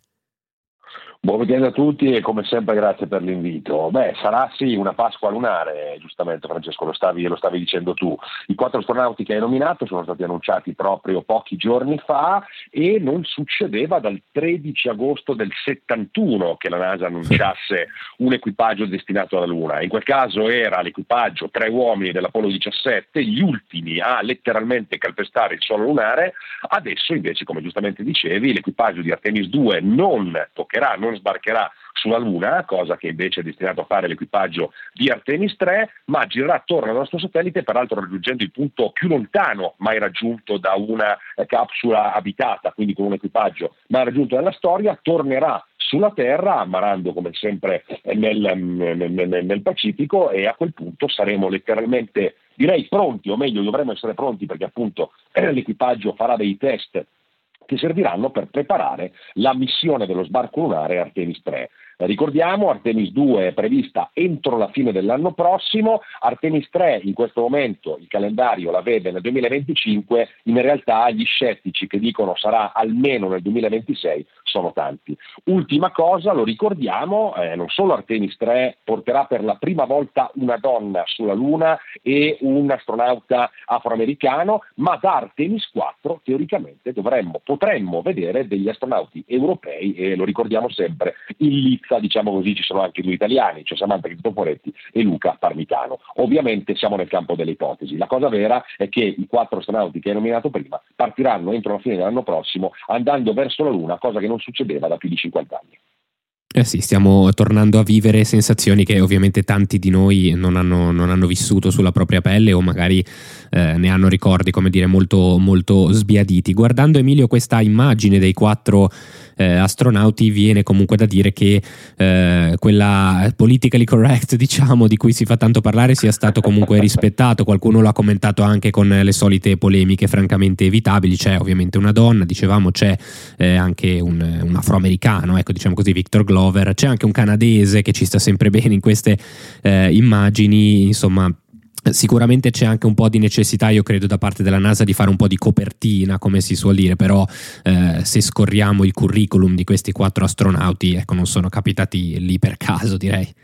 Buon weekend a tutti e come sempre grazie per l'invito. Beh, sarà sì una Pasqua lunare, giustamente Francesco, lo stavi, lo stavi dicendo tu. I quattro astronauti che hai nominato sono stati annunciati proprio pochi giorni fa e non succedeva dal tredici agosto del settantuno che la NASA annunciasse un equipaggio destinato alla Luna. In quel caso era l'equipaggio, tre uomini dell'Apollo diciassette, gli ultimi a letteralmente calpestare il suolo lunare. Adesso invece, come giustamente dicevi, l'equipaggio di Artemis due non toccherà, non sbarcherà sulla Luna, cosa che invece è destinato a fare l'equipaggio di Artemis tre, ma girerà attorno al nostro satellite, peraltro raggiungendo il punto più lontano mai raggiunto da una eh, capsula abitata, quindi con un equipaggio mai raggiunto nella storia, tornerà sulla Terra, ammarrando come sempre nel, nel, nel, nel Pacifico, e a quel punto saremo letteralmente, direi, pronti, o meglio dovremo essere pronti perché appunto eh, l'equipaggio farà dei test che serviranno per preparare la missione dello sbarco lunare Artemis tre. Ricordiamo, Artemis due è prevista entro la fine dell'anno prossimo, Artemis tre in questo momento il calendario la vede nel duemilaventicinque, in realtà gli scettici che dicono sarà almeno nel duemilaventisei sono tanti. Ultima cosa, lo ricordiamo, eh, non solo Artemis tre porterà per la prima volta una donna sulla Luna e un astronauta afroamericano, ma da Artemis quattro teoricamente dovremmo, potremmo vedere degli astronauti europei, e lo ricordiamo sempre, in lizza, diciamo così, ci sono anche due italiani, cioè Samantha Cristoforetti e Luca Parmitano. Ovviamente siamo nel campo delle ipotesi. La cosa vera è che i quattro astronauti che hai nominato prima partiranno entro la fine dell'anno prossimo andando verso la Luna, cosa che non succedeva da più di cinquanta anni. Eh sì, stiamo tornando a vivere sensazioni che ovviamente tanti di noi non hanno, non hanno vissuto sulla propria pelle, o magari eh, ne hanno ricordi, come dire, molto, molto sbiaditi. Guardando, Emilio, questa immagine dei quattro eh, astronauti, viene comunque da dire che eh, quella politically correct, diciamo, di cui si fa tanto parlare sia stato comunque rispettato. Qualcuno lo ha commentato anche con le solite polemiche francamente evitabili. C'è ovviamente una donna, dicevamo, c'è eh, anche un, un afroamericano, ecco, diciamo così, Victor Glover. C'è anche un canadese che ci sta sempre bene in queste eh, immagini. Insomma, sicuramente c'è anche un po' di necessità, io credo, da parte della NASA di fare un po' di copertina, come si suol dire, però eh, se scorriamo il curriculum di questi quattro astronauti, ecco, non sono capitati lì per caso, direi.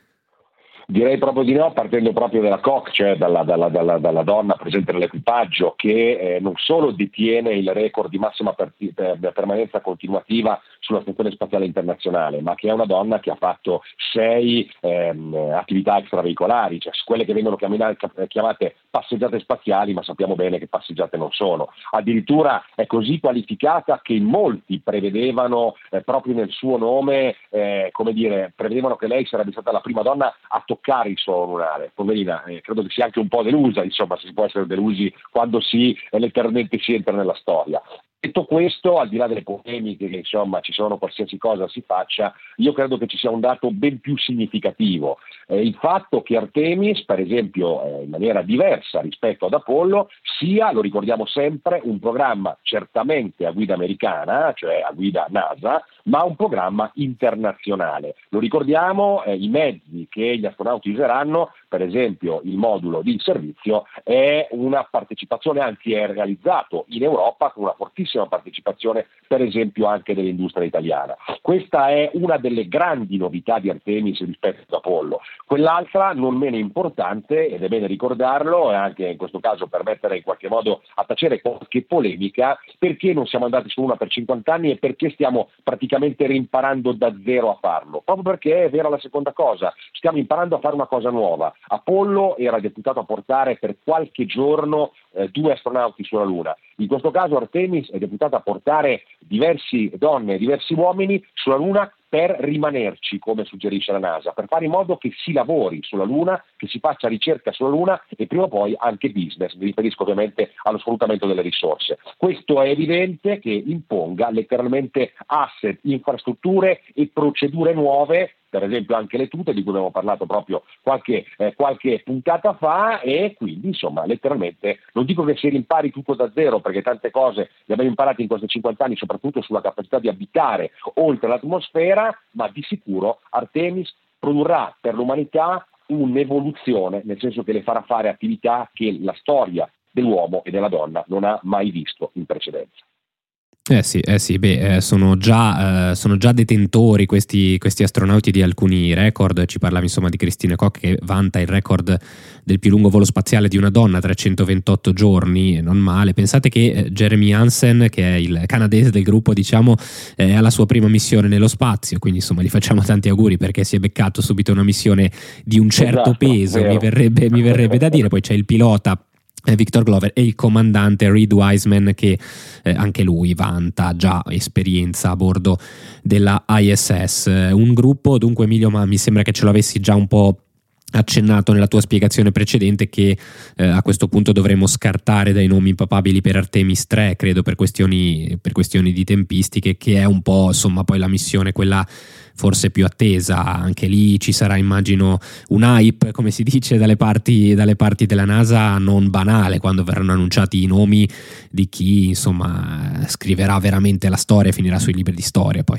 Direi proprio di no, partendo proprio dalla coque, cioè dalla, dalla, dalla, dalla donna presente nell'equipaggio, che eh, non solo detiene il record di massima per, per, permanenza continuativa sulla Stazione Spaziale Internazionale, ma che è una donna che ha fatto sei ehm, attività extraveicolari, cioè quelle che vengono chiamate passeggiate spaziali, ma sappiamo bene che passeggiate non sono. Addirittura è così qualificata che molti prevedevano eh, proprio nel suo nome, eh, come dire, prevedevano che lei sarebbe stata la prima donna a toccare il suolo lunare. Poverina, eh, credo che sia anche un po' delusa, insomma, se si può essere delusi quando si eh, letteralmente si entra nella storia. Detto questo, al di là delle polemiche che insomma ci sono, qualsiasi cosa si faccia, io credo che ci sia un dato ben più significativo, eh, il fatto che Artemis, per esempio, eh, in maniera diversa rispetto ad Apollo, sia, lo ricordiamo sempre, un programma certamente a guida americana, cioè a guida NASA, ma un programma internazionale. Lo ricordiamo, eh, i mezzi che gli astronauti useranno, per esempio il modulo di servizio, è una partecipazione, anzi è realizzato in Europa con una fortissima partecipazione, per esempio anche dell'industria italiana. Questa è una delle grandi novità di Artemis rispetto ad Apollo. Quell'altra, non meno importante, ed è bene ricordarlo, e anche in questo caso per mettere in qualche modo a tacere qualche polemica, perché non siamo andati su una per cinquanta anni e perché stiamo praticamente reimparando da zero a farlo? Proprio perché è vera la seconda cosa, stiamo imparando a fare una cosa nuova. Apollo era deputato a portare per qualche giorno eh, due astronauti sulla Luna. In questo caso Artemis è deputato a portare diversi donne e diversi uomini sulla Luna per rimanerci, come suggerisce la NASA, per fare in modo che si lavori sulla Luna, che si faccia ricerca sulla Luna e prima o poi anche business. Mi riferisco ovviamente allo sfruttamento delle risorse. Questo è evidente che imponga letteralmente asset, infrastrutture e procedure nuove, per esempio anche le tute di cui abbiamo parlato proprio qualche, eh, qualche puntata fa, e quindi insomma letteralmente non dico che si rimpari tutto da zero, perché tante cose le abbiamo imparate in questi cinquanta anni, soprattutto sulla capacità di abitare oltre l'atmosfera, ma di sicuro Artemis produrrà per l'umanità un'evoluzione, nel senso che le farà fare attività che la storia dell'uomo e della donna non ha mai visto in precedenza. Eh sì, eh sì, beh, eh, sono già, eh, sono già detentori questi, questi astronauti di alcuni record. Ci parlavi insomma di Christine Koch, che vanta il record del più lungo volo spaziale di una donna, trecentoventotto giorni, non male. Pensate che eh, Jeremy Hansen, che è il canadese del gruppo, diciamo, eh, è alla sua prima missione nello spazio, quindi insomma gli facciamo tanti auguri, perché si è beccato subito una missione di un certo Esatto, peso, vero. mi verrebbe, mi verrebbe da dire. Poi c'è il pilota Victor Glover e il comandante Reed Wiseman, che eh, anche lui vanta già esperienza a bordo della I S S. Un gruppo, dunque, Emilio, ma mi sembra che ce l'avessi già un po' accennato nella tua spiegazione precedente, che eh, a questo punto dovremmo scartare dai nomi impapabili per Artemis tre, credo per questioni, per questioni di tempistiche, che è un po' insomma poi la missione quella forse più attesa. Anche lì ci sarà, immagino, un hype, come si dice dalle parti, dalle parti della NASA, non banale, quando verranno annunciati i nomi di chi insomma scriverà veramente la storia e finirà sui libri di storia poi.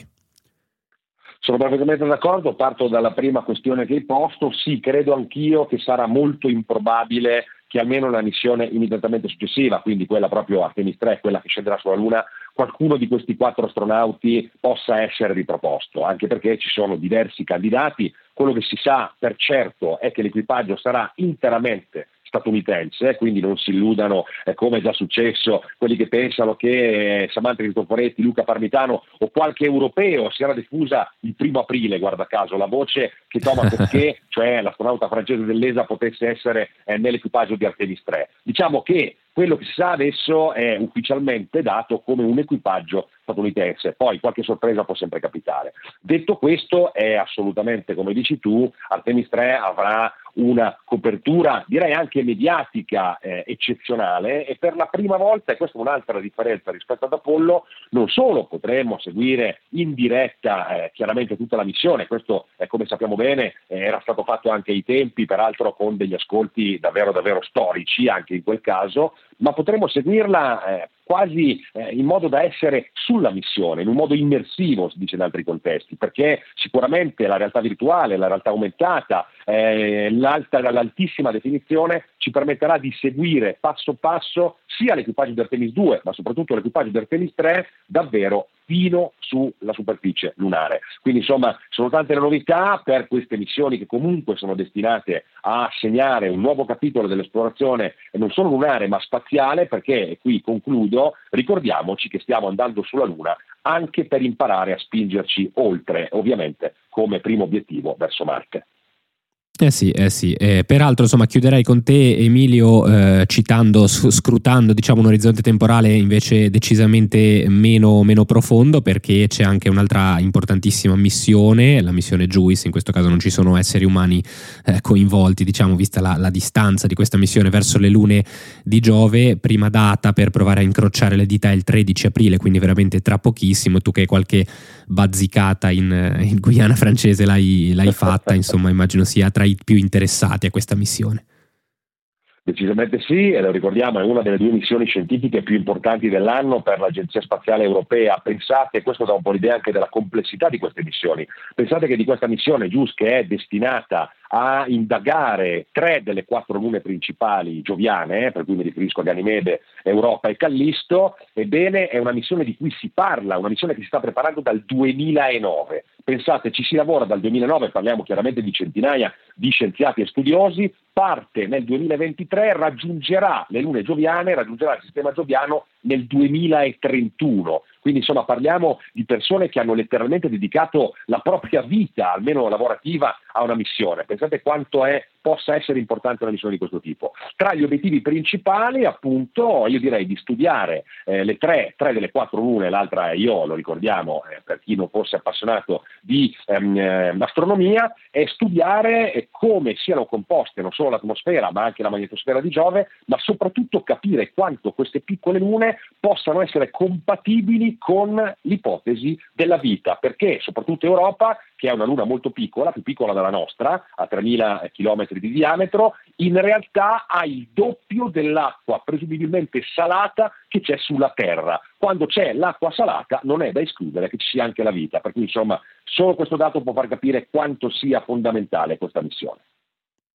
Sono perfettamente d'accordo, parto dalla prima questione che hai posto. Sì, credo anch'io che sarà molto improbabile che almeno la missione immediatamente successiva, quindi quella proprio Artemis tre, quella che scenderà sulla Luna, qualcuno di questi quattro astronauti possa essere riproposto, anche perché ci sono diversi candidati. Quello che si sa per certo è che l'equipaggio sarà interamente statunitense, quindi non si illudano, eh, come è già successo, quelli che pensano che eh, Samantha Cristoforetti, Luca Parmitano o qualche europeo si era diffusa il primo aprile, guarda caso, la voce che Thomas Pesquet, cioè l'astronauta francese dell'E S A, potesse essere eh, nell'equipaggio di Artemis tre. Diciamo che quello che si sa adesso è ufficialmente dato come un equipaggio statunitense, poi qualche sorpresa può sempre capitare. Detto questo, è assolutamente, come dici tu, Artemis tre avrà una copertura, direi anche mediatica, eh, eccezionale, e per la prima volta, e questa è un'altra differenza rispetto ad Apollo, non solo potremo seguire in diretta eh, chiaramente tutta la missione, questo eh, come sappiamo bene eh, era stato fatto anche ai tempi, peraltro con degli ascolti davvero davvero storici anche in quel caso, ma potremo seguirla eh, quasi eh, in modo da essere sulla missione, in un modo immersivo, si dice in altri contesti, perché sicuramente la realtà virtuale, la realtà aumentata, eh, l'alta, l'altissima definizione ci permetterà di seguire passo passo sia l'equipaggio di Artemis due, ma soprattutto l'equipaggio di Artemis tre davvero fino sulla superficie lunare. Quindi insomma sono tante le novità per queste missioni che comunque sono destinate a segnare un nuovo capitolo dell'esplorazione non solo lunare ma spaziale, perché, e qui concludo, ricordiamoci che stiamo andando sulla Luna anche per imparare a spingerci oltre, ovviamente come primo obiettivo verso Marte. Eh sì, eh sì. Eh, peraltro, insomma, chiuderei con te, Emilio, eh, citando, scrutando, diciamo, un orizzonte temporale invece decisamente meno, meno profondo, perché c'è anche un'altra importantissima missione, la missione JUICE. In questo caso non ci sono esseri umani eh, coinvolti, diciamo, vista la, la distanza di questa missione verso le lune di Giove. Prima data per provare a incrociare le dita è il tredici aprile, quindi veramente tra pochissimo. Tu che qualche bazzicata in, in Guyana francese l'hai, l'hai fatta, insomma, immagino sia tra i più interessati a questa missione. Decisamente sì, e lo ricordiamo, è una delle due missioni scientifiche più importanti dell'anno per l'Agenzia Spaziale Europea. Pensate, questo dà un po' l'idea anche della complessità di queste missioni, pensate che di questa missione JUICE, che è destinata a indagare tre delle quattro lune principali gioviane, eh, per cui mi riferisco a Ganimede, Europa e Callisto, ebbene è una missione di cui si parla, una missione che si sta preparando dal duemilanove. Pensate, ci si lavora dal duemilanove, parliamo chiaramente di centinaia di scienziati e studiosi, parte nel duemilaventitré, raggiungerà le lune gioviane, raggiungerà il sistema gioviano nel duemilatrentuno. Quindi insomma parliamo di persone che hanno letteralmente dedicato la propria vita, almeno lavorativa, a una missione. Pensate quanto è, possa essere importante una missione di questo tipo. Tra gli obiettivi principali, appunto, io direi di studiare eh, le tre, tre delle quattro lune, l'altra è Io, lo ricordiamo, eh, per chi non fosse appassionato di ehm, eh, astronomia, è studiare eh, come siano composte non solo l'atmosfera ma anche la magnetosfera di Giove, ma soprattutto capire quanto queste piccole lune possano essere compatibili con l'ipotesi della vita, perché soprattutto Europa, che è una luna molto piccola, più piccola della nostra, a tremila chilometri di diametro, in realtà ha il doppio dell'acqua presumibilmente salata che c'è sulla Terra. Quando c'è l'acqua salata non è da escludere che ci sia anche la vita, per cui insomma solo questo dato può far capire quanto sia fondamentale questa missione.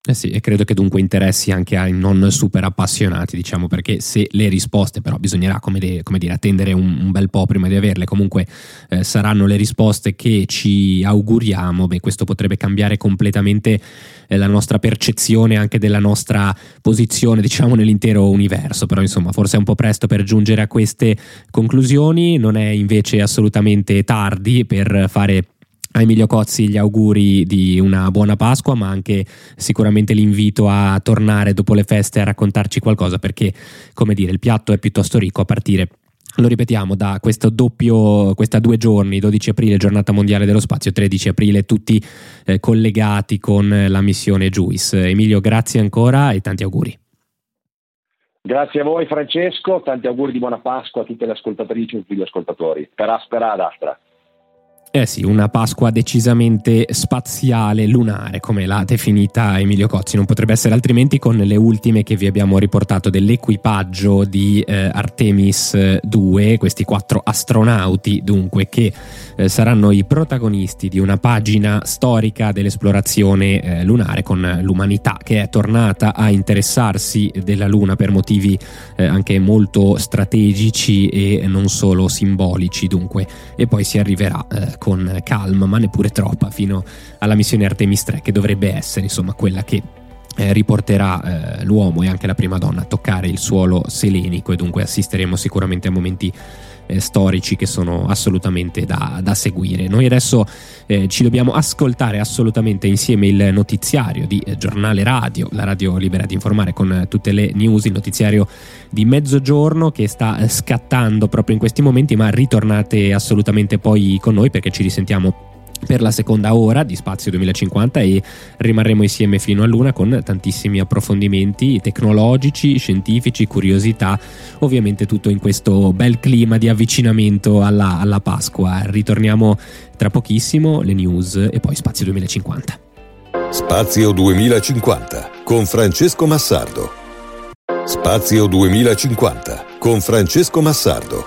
Eh sì, e credo che dunque interessi anche ai non super appassionati, diciamo, perché se le risposte, però bisognerà, come, de- come dire, attendere un, un bel po' prima di averle, comunque eh, saranno le risposte che ci auguriamo, beh, questo potrebbe cambiare completamente eh, la nostra percezione anche della nostra posizione, diciamo, nell'intero universo, però insomma forse è un po' presto per giungere a queste conclusioni, non è invece assolutamente tardi per fare a Emilio Cozzi gli auguri di una buona Pasqua, ma anche sicuramente l'invito a tornare dopo le feste a raccontarci qualcosa, perché, come dire, il piatto è piuttosto ricco a partire, lo ripetiamo, da questo doppio, questa due giorni, dodici aprile, giornata mondiale dello spazio, tredici aprile, tutti eh, collegati con la missione JUICE. Emilio, grazie ancora e tanti auguri. Grazie a voi Francesco, tanti auguri di buona Pasqua a tutte le ascoltatrici e tutti gli ascoltatori. Per aspera ad astra. Eh sì, una Pasqua decisamente spaziale, lunare, come l'ha definita Emilio Cozzi. Non potrebbe essere altrimenti con le ultime che vi abbiamo riportato dell'equipaggio di eh, Artemis due, questi quattro astronauti dunque che eh, saranno i protagonisti di una pagina storica dell'esplorazione eh, lunare, con l'umanità che è tornata a interessarsi della Luna per motivi eh, anche molto strategici e non solo simbolici dunque, e poi si arriverà eh, con calma, ma neppure troppa, fino alla missione Artemis tre, che dovrebbe essere insomma quella che eh, riporterà eh, l'uomo e anche la prima donna a toccare il suolo selenico, e dunque assisteremo sicuramente a momenti eh, storici che sono assolutamente da, da seguire. Noi adesso eh, ci dobbiamo ascoltare assolutamente insieme il notiziario di eh, Giornale Radio, la radio libera di informare, con eh, tutte le news, il notiziario di mezzogiorno che sta eh, scattando proprio in questi momenti, ma ritornate assolutamente poi con noi, perché ci risentiamo per la seconda ora di Spazio duemilacinquanta e rimarremo insieme fino a l'una con tantissimi approfondimenti tecnologici, scientifici, curiosità, ovviamente tutto in questo bel clima di avvicinamento alla, alla Pasqua. Ritorniamo tra pochissimo, le news e poi Spazio duemilacinquanta. Spazio duemilacinquanta con Francesco Massardo. Spazio duemilacinquanta con Francesco Massardo.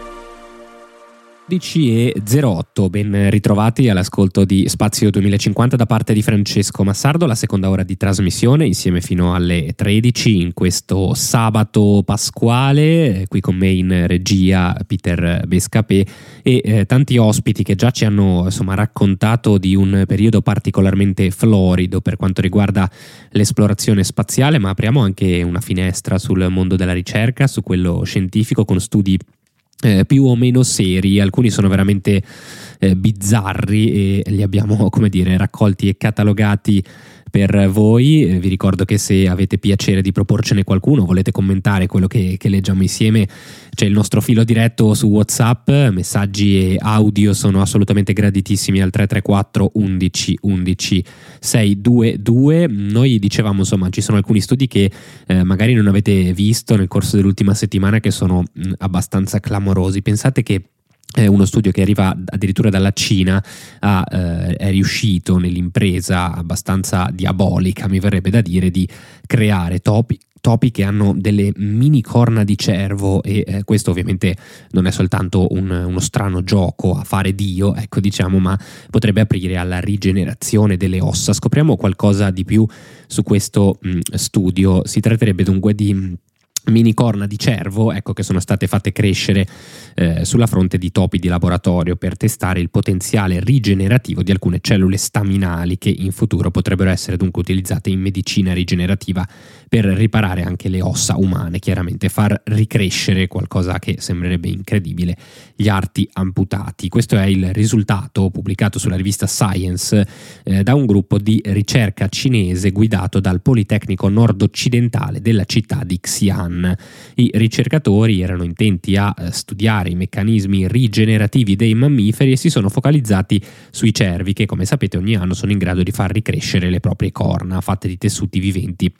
dodici e zero otto, ben ritrovati all'ascolto di Spazio duemilacinquanta da parte di Francesco Massardo, la seconda ora di trasmissione insieme fino alle tredici in questo sabato pasquale, qui con me in regia Peter Bescapè e eh, tanti ospiti che già ci hanno insomma raccontato di un periodo particolarmente florido per quanto riguarda l'esplorazione spaziale, ma apriamo anche una finestra sul mondo della ricerca, su quello scientifico, con studi Eh, più o meno seri. Alcuni sono veramente eh, bizzarri e li abbiamo, come dire, raccolti e catalogati per voi. Eh, vi ricordo che se avete piacere di proporcene qualcuno, volete commentare quello che, che leggiamo insieme, c'è il nostro filo diretto su WhatsApp, messaggi e audio sono assolutamente graditissimi al tre tre quattro undici undici seicentoventidue. Noi dicevamo insomma ci sono alcuni studi che eh, magari non avete visto nel corso dell'ultima settimana, che sono mh, abbastanza clamorosi. Pensate che è uno studio che arriva addirittura dalla Cina, a, eh, è riuscito nell'impresa abbastanza diabolica, mi verrebbe da dire, di creare topi topi che hanno delle mini corna di cervo, e eh, questo ovviamente non è soltanto un, uno strano gioco a fare Dio, ecco diciamo, ma potrebbe aprire alla rigenerazione delle ossa. Scopriamo qualcosa di più su questo mh, studio. Si tratterebbe dunque di mh, mini corna di cervo, ecco, che sono state fatte crescere eh, sulla fronte di topi di laboratorio per testare il potenziale rigenerativo di alcune cellule staminali che in futuro potrebbero essere dunque utilizzate in medicina rigenerativa per riparare anche le ossa umane, chiaramente far ricrescere qualcosa che sembrerebbe incredibile, gli arti amputati. Questo è il risultato pubblicato sulla rivista Science eh, da un gruppo di ricerca cinese guidato dal Politecnico nord-occidentale della città di Xi'an. I ricercatori erano intenti a studiare i meccanismi rigenerativi dei mammiferi e si sono focalizzati sui cervi, che come sapete ogni anno sono in grado di far ricrescere le proprie corna fatte di tessuti viventi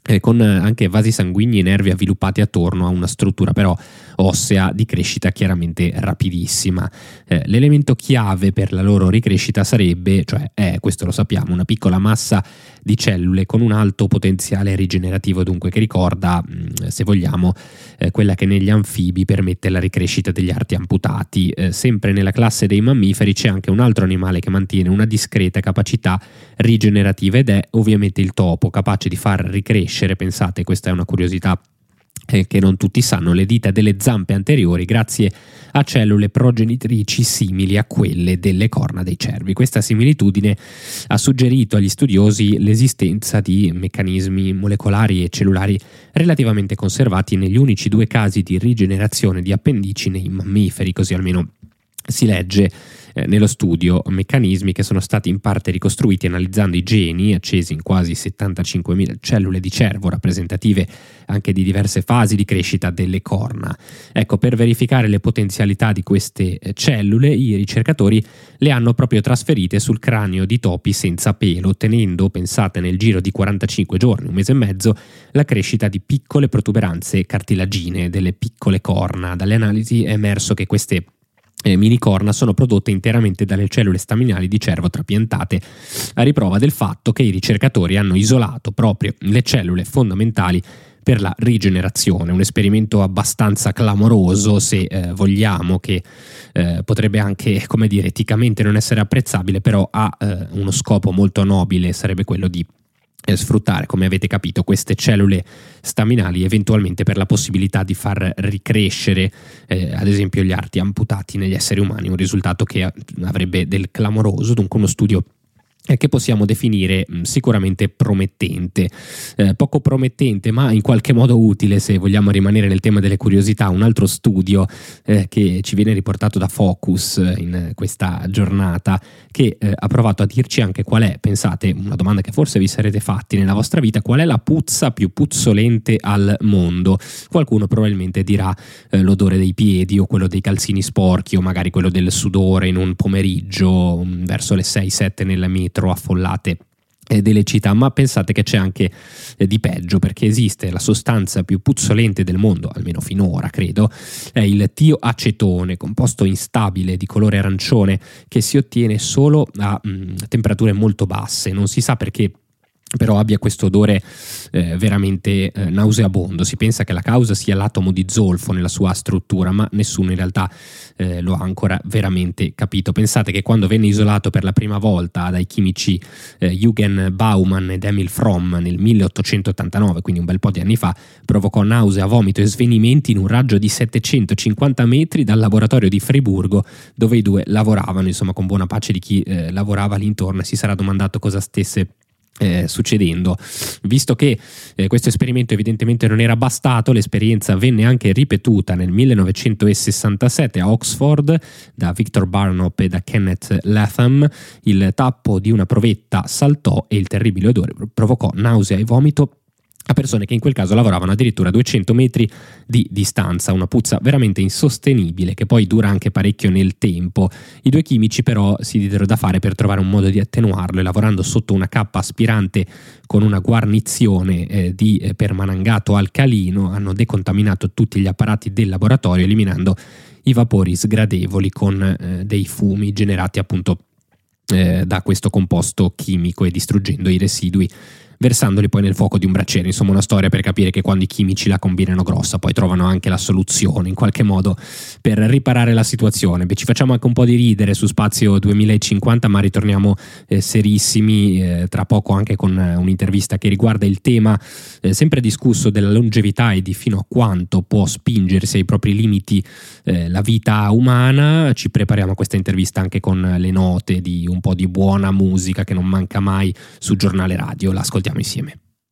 eh, con anche vasi sanguigni e nervi avviluppati attorno a una struttura però ossea di crescita chiaramente rapidissima. Eh, l'elemento chiave per la loro ricrescita sarebbe, cioè è, questo lo sappiamo, una piccola massa di cellule con un alto potenziale rigenerativo, dunque che ricorda, mh, se vogliamo, eh, quella che negli anfibi permette la ricrescita degli arti amputati. Eh, sempre nella classe dei mammiferi c'è anche un altro animale che mantiene una discreta capacità rigenerativa ed è ovviamente il topo, capace di far ricrescere, pensate, questa è una curiosità che non tutti sanno, le dita delle zampe anteriori grazie a cellule progenitrici simili a quelle delle corna dei cervi. Questa similitudine ha suggerito agli studiosi l'esistenza di meccanismi molecolari e cellulari relativamente conservati negli unici due casi di rigenerazione di appendici nei mammiferi, così almeno si legge eh, nello studio, meccanismi che sono stati in parte ricostruiti analizzando i geni accesi in quasi settantacinquemila cellule di cervo rappresentative anche di diverse fasi di crescita delle corna. Ecco, per verificare le potenzialità di queste eh, cellule, i ricercatori le hanno proprio trasferite sul cranio di topi senza pelo, ottenendo, pensate, nel giro di quarantacinque giorni, un mese e mezzo, la crescita di piccole protuberanze cartilaginee delle piccole corna. Dalle analisi è emerso che queste Eh, minicorna sono prodotte interamente dalle cellule staminali di cervo trapiantate, a riprova del fatto che i ricercatori hanno isolato proprio le cellule fondamentali per la rigenerazione. Un esperimento abbastanza clamoroso, se eh, vogliamo, che eh, potrebbe anche, come dire, eticamente non essere apprezzabile, però ha eh, uno scopo molto nobile, sarebbe quello di sfruttare, come avete capito, queste cellule staminali eventualmente per la possibilità di far ricrescere eh, ad esempio gli arti amputati negli esseri umani, un risultato che avrebbe del clamoroso, dunque uno studio che possiamo definire mh, sicuramente promettente, eh, poco promettente ma in qualche modo utile se vogliamo rimanere nel tema delle curiosità. Un altro studio eh, che ci viene riportato da Focus eh, in questa giornata, che eh, ha provato a dirci anche qual è, pensate, una domanda che forse vi sarete fatti nella vostra vita: qual è la puzza più puzzolente al mondo? Qualcuno probabilmente dirà eh, l'odore dei piedi o quello dei calzini sporchi o magari quello del sudore in un pomeriggio mh, verso le sei sette nella metro affollate delle città, ma pensate che c'è anche eh, di peggio, perché esiste la sostanza più puzzolente del mondo, almeno finora credo, è il tioacetone, composto instabile di colore arancione che si ottiene solo a mh, temperature molto basse. Non si sa perché però abbia questo odore eh, veramente eh, nauseabondo. Si pensa che la causa sia l'atomo di zolfo nella sua struttura, ma nessuno in realtà eh, lo ha ancora veramente capito. Pensate che quando venne isolato per la prima volta dai chimici eh, Eugen Baumann ed Emil Fromm nel milleottocentottantanove, quindi un bel po' di anni fa, provocò nausea, vomito e svenimenti in un raggio di settecentocinquanta metri dal laboratorio di Friburgo dove i due lavoravano, insomma, con buona pace di chi eh, lavorava lì intorno, e si sarà domandato cosa stesse Eh, succedendo. Visto che eh, questo esperimento evidentemente non era bastato, l'esperienza venne anche ripetuta nel millenovecentosessantasette a Oxford da Victor Barnop e da Kenneth Latham. Il tappo di una provetta saltò e il terribile odore provocò nausea e vomito a persone che in quel caso lavoravano addirittura a duecento metri di distanza, una puzza veramente insostenibile che poi dura anche parecchio nel tempo. I due chimici però si diedero da fare per trovare un modo di attenuarlo, e lavorando sotto una cappa aspirante con una guarnizione eh, di eh, permangangato alcalino hanno decontaminato tutti gli apparati del laboratorio, eliminando i vapori sgradevoli con eh, dei fumi generati appunto eh, da questo composto chimico e distruggendo i residui, versandoli poi nel fuoco di un braciere. Insomma, una storia per capire che quando i chimici la combinano grossa poi trovano anche la soluzione in qualche modo per riparare la situazione. Beh, ci facciamo anche un po' di ridere su Spazio duemilacinquanta, ma ritorniamo eh, serissimi eh, tra poco anche con eh, un'intervista che riguarda il tema eh, sempre discusso della longevità e di fino a quanto può spingersi ai propri limiti eh, la vita umana. Ci prepariamo a questa intervista anche con le note di un po' di buona musica che non manca mai su Giornale Radio. L'ascoltiamo insieme.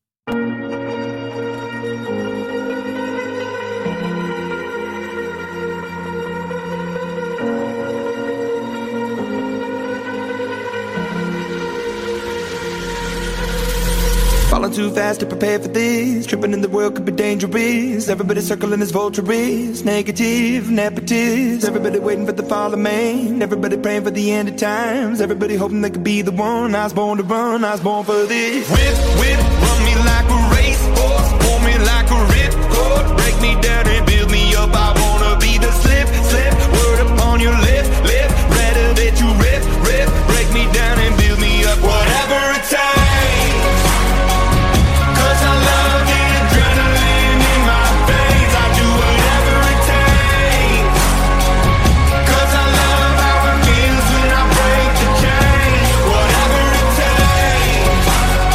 Falling too fast to prepare for this. Tripping in the world could be dangerous. Everybody circling as vultures. Negative, nepotist. Everybody waiting for the fall of man. Everybody praying for the end of times. Everybody hoping they could be the one. I was born to run, I was born for this. Whip, whip, run me like a race. racehorse, pull me like a ripcord, break me down and build me up. I wanna be the slip, slip, word upon your lip, lip, rather that you rip, rip, break me down and build me up. Whatever it takes, 'cause I love the adrenaline in my veins. I do whatever it takes, 'cause I love how it feels when I break the chain. Whatever it takes,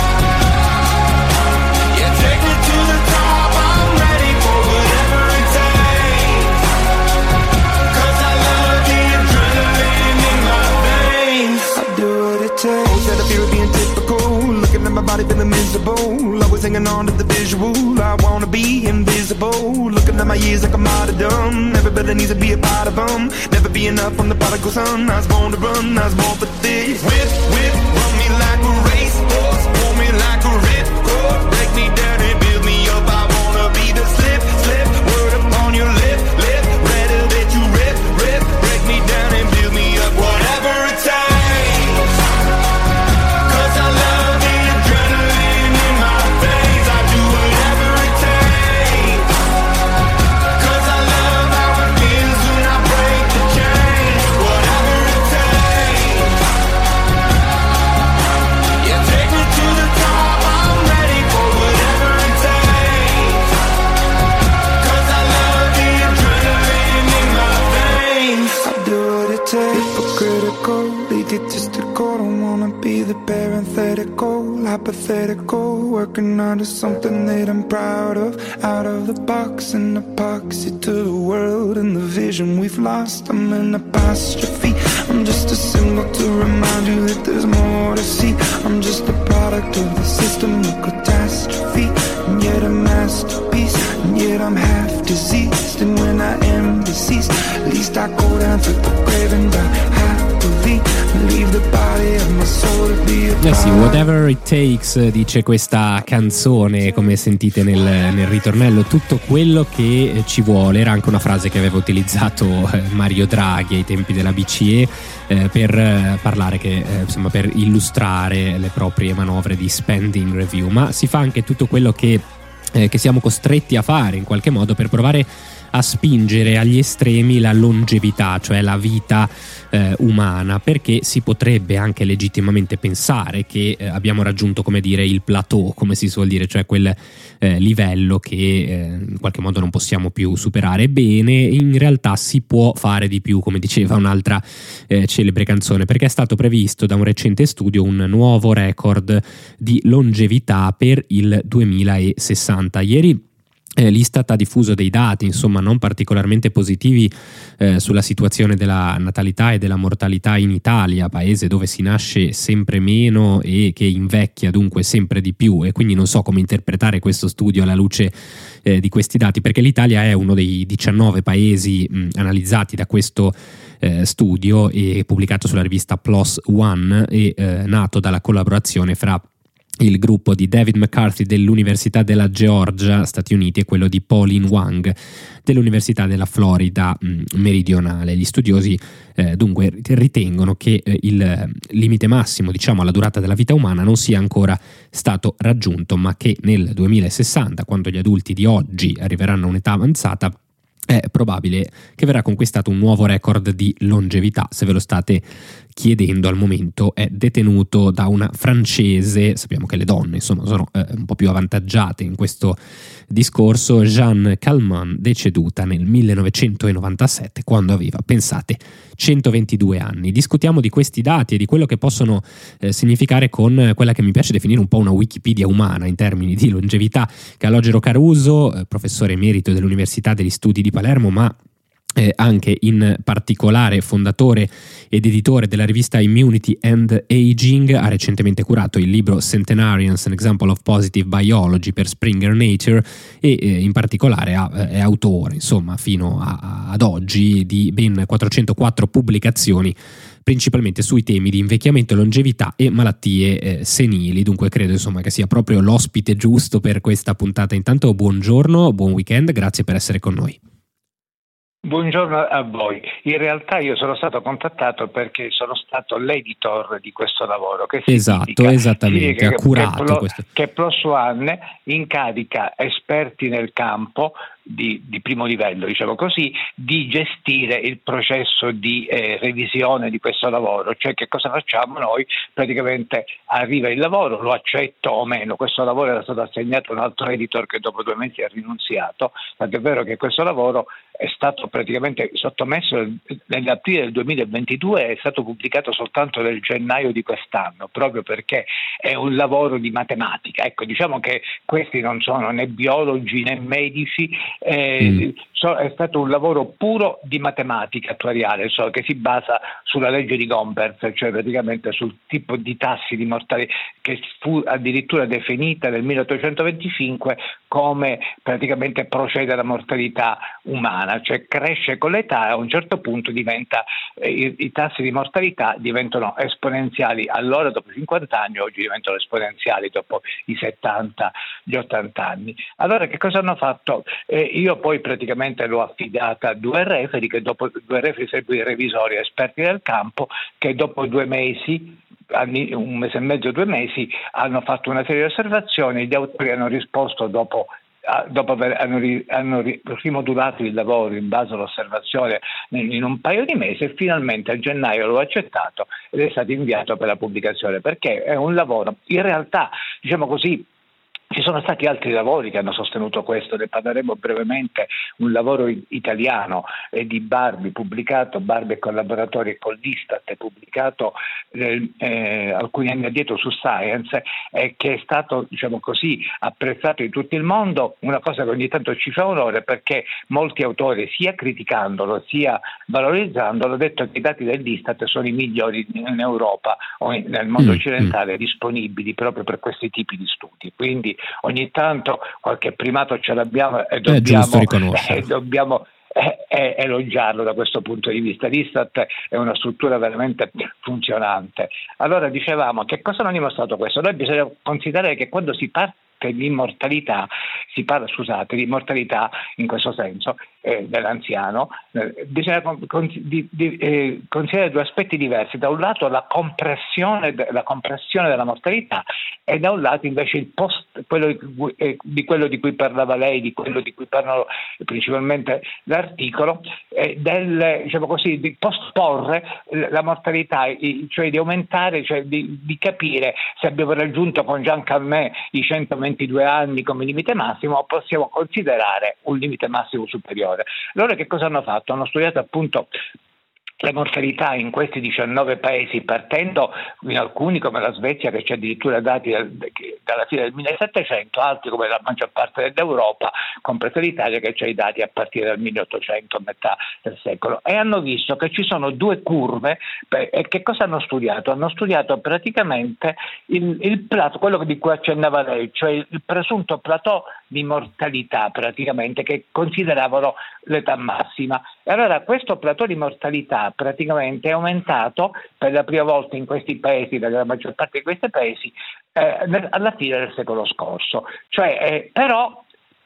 yeah, take me to the top. I'm ready for whatever it takes, 'cause I love the adrenaline in my veins. I do what it takes. Instead of fear of being typical, looking at my body feeling miserable, always hanging on to the visual. I wanna be invisible, looking at my years like I'm martyrdom. Everybody needs to be a part of them. Never be enough from the prodigal son. I was born to run, I was born for this. Whip, whip, run me like a racehorse, pull me like a ripcord, break me down and build me up. I wanna be the slip, slip, word upon your lip, lip, rather that you rip, rip, break me down and build me up. Whatever it takes, 'cause I love the adrenaline in my veins. I do whatever it takes, 'cause I love how it feels when I break the chain. Whatever it takes, yeah, take me to the top. I'm ready for whatever it takes, 'cause I love the adrenaline in my veins. I do what it takes. Hypocritical, egotistical, don't wanna be the parenthetical, hypothetical, working out of something that I'm proud of, out of the box, an epoxy to the world and the vision we've lost. I'm an apostrophe, I'm just a symbol to remind you that there's more to see. I'm just a product of the system of catastrophe, and yet a masterpiece, and yet I'm half diseased. And when I am deceased, at least I go down to the grave and die happily, leave the body of my soul to be a Eh sì, Whatever It Takes, dice questa canzone, come sentite nel, nel ritornello, tutto quello che ci vuole. Era anche una frase che aveva utilizzato Mario Draghi ai tempi della B C E eh, per parlare che, eh, insomma, per illustrare le proprie manovre di spending review, ma si fa anche tutto quello che, eh, che siamo costretti a fare in qualche modo per provare a spingere agli estremi la longevità, cioè la vita eh, umana, perché si potrebbe anche legittimamente pensare che eh, abbiamo raggiunto, come dire, il plateau, come si suol dire, cioè quel eh, livello che eh, in qualche modo non possiamo più superare. Bene, in realtà si può fare di più, come diceva un'altra eh, celebre canzone, perché è stato previsto da un recente studio un nuovo record di longevità per il duemilasessanta. Ieri Eh, l'Istat ha diffuso dei dati, insomma, non particolarmente positivi eh, sulla situazione della natalità e della mortalità in Italia, paese dove si nasce sempre meno e che invecchia dunque sempre di più, e quindi non so come interpretare questo studio alla luce eh, di questi dati, perché l'Italia è uno dei diciannove paesi mh, analizzati da questo eh, studio, e pubblicato sulla rivista PLOS ONE e eh, nato dalla collaborazione fra il gruppo di David McCarthy dell'Università della Georgia, Stati Uniti, e quello di Pauline Wang dell'Università della Florida mh, meridionale. Gli studiosi eh, dunque ritengono che eh, il limite massimo, diciamo, alla durata della vita umana non sia ancora stato raggiunto, ma che nel duemilasessanta, quando gli adulti di oggi arriveranno a un'età avanzata, è probabile che verrà conquistato un nuovo record di longevità. Se ve lo state chiedendo, al momento è detenuto da una francese. Sappiamo che le donne, insomma, sono eh, un po' più avvantaggiate in questo discorso. Jeanne Calment, deceduta nel millenovecentonovantasette, quando aveva, pensate, centoventidue anni. Discutiamo di questi dati e di quello che possono eh, significare con quella che mi piace definire un po' una Wikipedia umana in termini di longevità. Calogero Caruso, eh, professore emerito dell'Università degli Studi di Palermo, ma Eh, anche in particolare fondatore ed editore della rivista Immunity and Aging, ha recentemente curato il libro Centenarians, An Example of Positive Biology per Springer Nature, e eh, in particolare ha, è autore, insomma, fino a, ad oggi, di ben quattrocentoquattro pubblicazioni, principalmente sui temi di invecchiamento, longevità e malattie eh, senili. Dunque credo, insomma, che sia proprio l'ospite giusto per questa puntata. Intanto buongiorno, buon weekend, grazie per essere con noi. Buongiorno a voi. In realtà io sono stato contattato perché sono stato l'editor di questo lavoro. Che esatto, esattamente, ha curato che, questo. Che Plus One incarica esperti nel campo di, di primo livello, diciamo così, di gestire il processo di eh, revisione di questo lavoro. Cioè, che cosa facciamo noi? Praticamente arriva il lavoro, lo accetto o meno. Questo lavoro era stato assegnato a un altro editor che dopo due mesi ha rinunziato, tant'è vero che questo lavoro è stato praticamente sottomesso nell'aprile del duemilaventidue e è stato pubblicato soltanto nel gennaio di quest'anno, proprio perché è un lavoro di matematica. Ecco, diciamo che questi non sono né biologi né medici, eh, mm. so, è stato un lavoro puro di matematica attuariale, so, che si basa sulla legge di Gompertz, cioè praticamente sul tipo di tassi di mortalità che fu addirittura definita nel milleottocentoventicinque come praticamente procede la mortalità umana, cioè cresce con l'età e a un certo punto diventa eh, i, i tassi di mortalità diventano esponenziali. Allora dopo cinquanta anni, oggi diventano esponenziali dopo i settanta, gli ottanta anni. Allora che cosa hanno fatto? Eh, io poi praticamente l'ho affidata a due referi, che dopo due referi seguì revisori esperti del campo, che dopo due mesi un mese e mezzo, due mesi, hanno fatto una serie di osservazioni, gli autori hanno risposto dopo, dopo aver hanno, hanno rimodulato il lavoro in base all'osservazione in un paio di mesi e finalmente a gennaio l'ho accettato ed è stato inviato per la pubblicazione, perché è un lavoro, in realtà, diciamo così, ci sono stati altri lavori che hanno sostenuto questo, ne parleremo brevemente, un lavoro italiano eh, di Barbi, pubblicato, Barbi e collaboratori con l'Istat, pubblicato eh, eh, alcuni anni addietro su Science, eh, che è stato, diciamo così, apprezzato in tutto il mondo, una cosa che ogni tanto ci fa onore perché molti autori, sia criticandolo sia valorizzandolo, hanno detto che i dati dell'Istat sono i migliori in Europa o in, nel mondo mm, occidentale mm. disponibili proprio per questi tipi di studi. Quindi ogni tanto qualche primato ce l'abbiamo e dobbiamo, eh, dobbiamo eh, eh, elogiarlo da questo punto di vista. L'Istat è una struttura veramente funzionante. Allora dicevamo, che cosa hanno dimostrato questo? Noi bisogna considerare che quando si parte di immortalità, si parla, scusate, di immortalità in questo senso, eh, dell'anziano, eh, bisogna con, con, di, di, eh, considerare due aspetti diversi. Da un lato la compressione, la compressione della mortalità e da un lato invece il post, quello di, eh, di quello di cui parlava lei, di quello di cui parlano principalmente l'articolo, eh, del, diciamo così, di posporre la mortalità, cioè di aumentare, cioè di, di capire se abbiamo raggiunto con Jean Calment i centoventidue anni come limite massimo o possiamo considerare un limite massimo superiore. Allora che cosa hanno fatto? Hanno studiato appunto la mortalità in questi diciannove paesi, partendo in alcuni come la Svezia che c'è addirittura dati dal, dalla fine del millesettecento, altri come la maggior parte dell'Europa, compresa l'Italia, che c'è i dati a partire dal milleottocento, a metà del secolo, e hanno visto che ci sono due curve. E che cosa hanno studiato? Hanno studiato praticamente il, il plateau, quello di cui accennava lei, cioè il presunto plateau di mortalità praticamente che consideravano l'età massima. E allora questo plateau di mortalità praticamente è aumentato per la prima volta in questi paesi, nella maggior parte di questi paesi, eh, alla fine del secolo scorso. Cioè, eh, però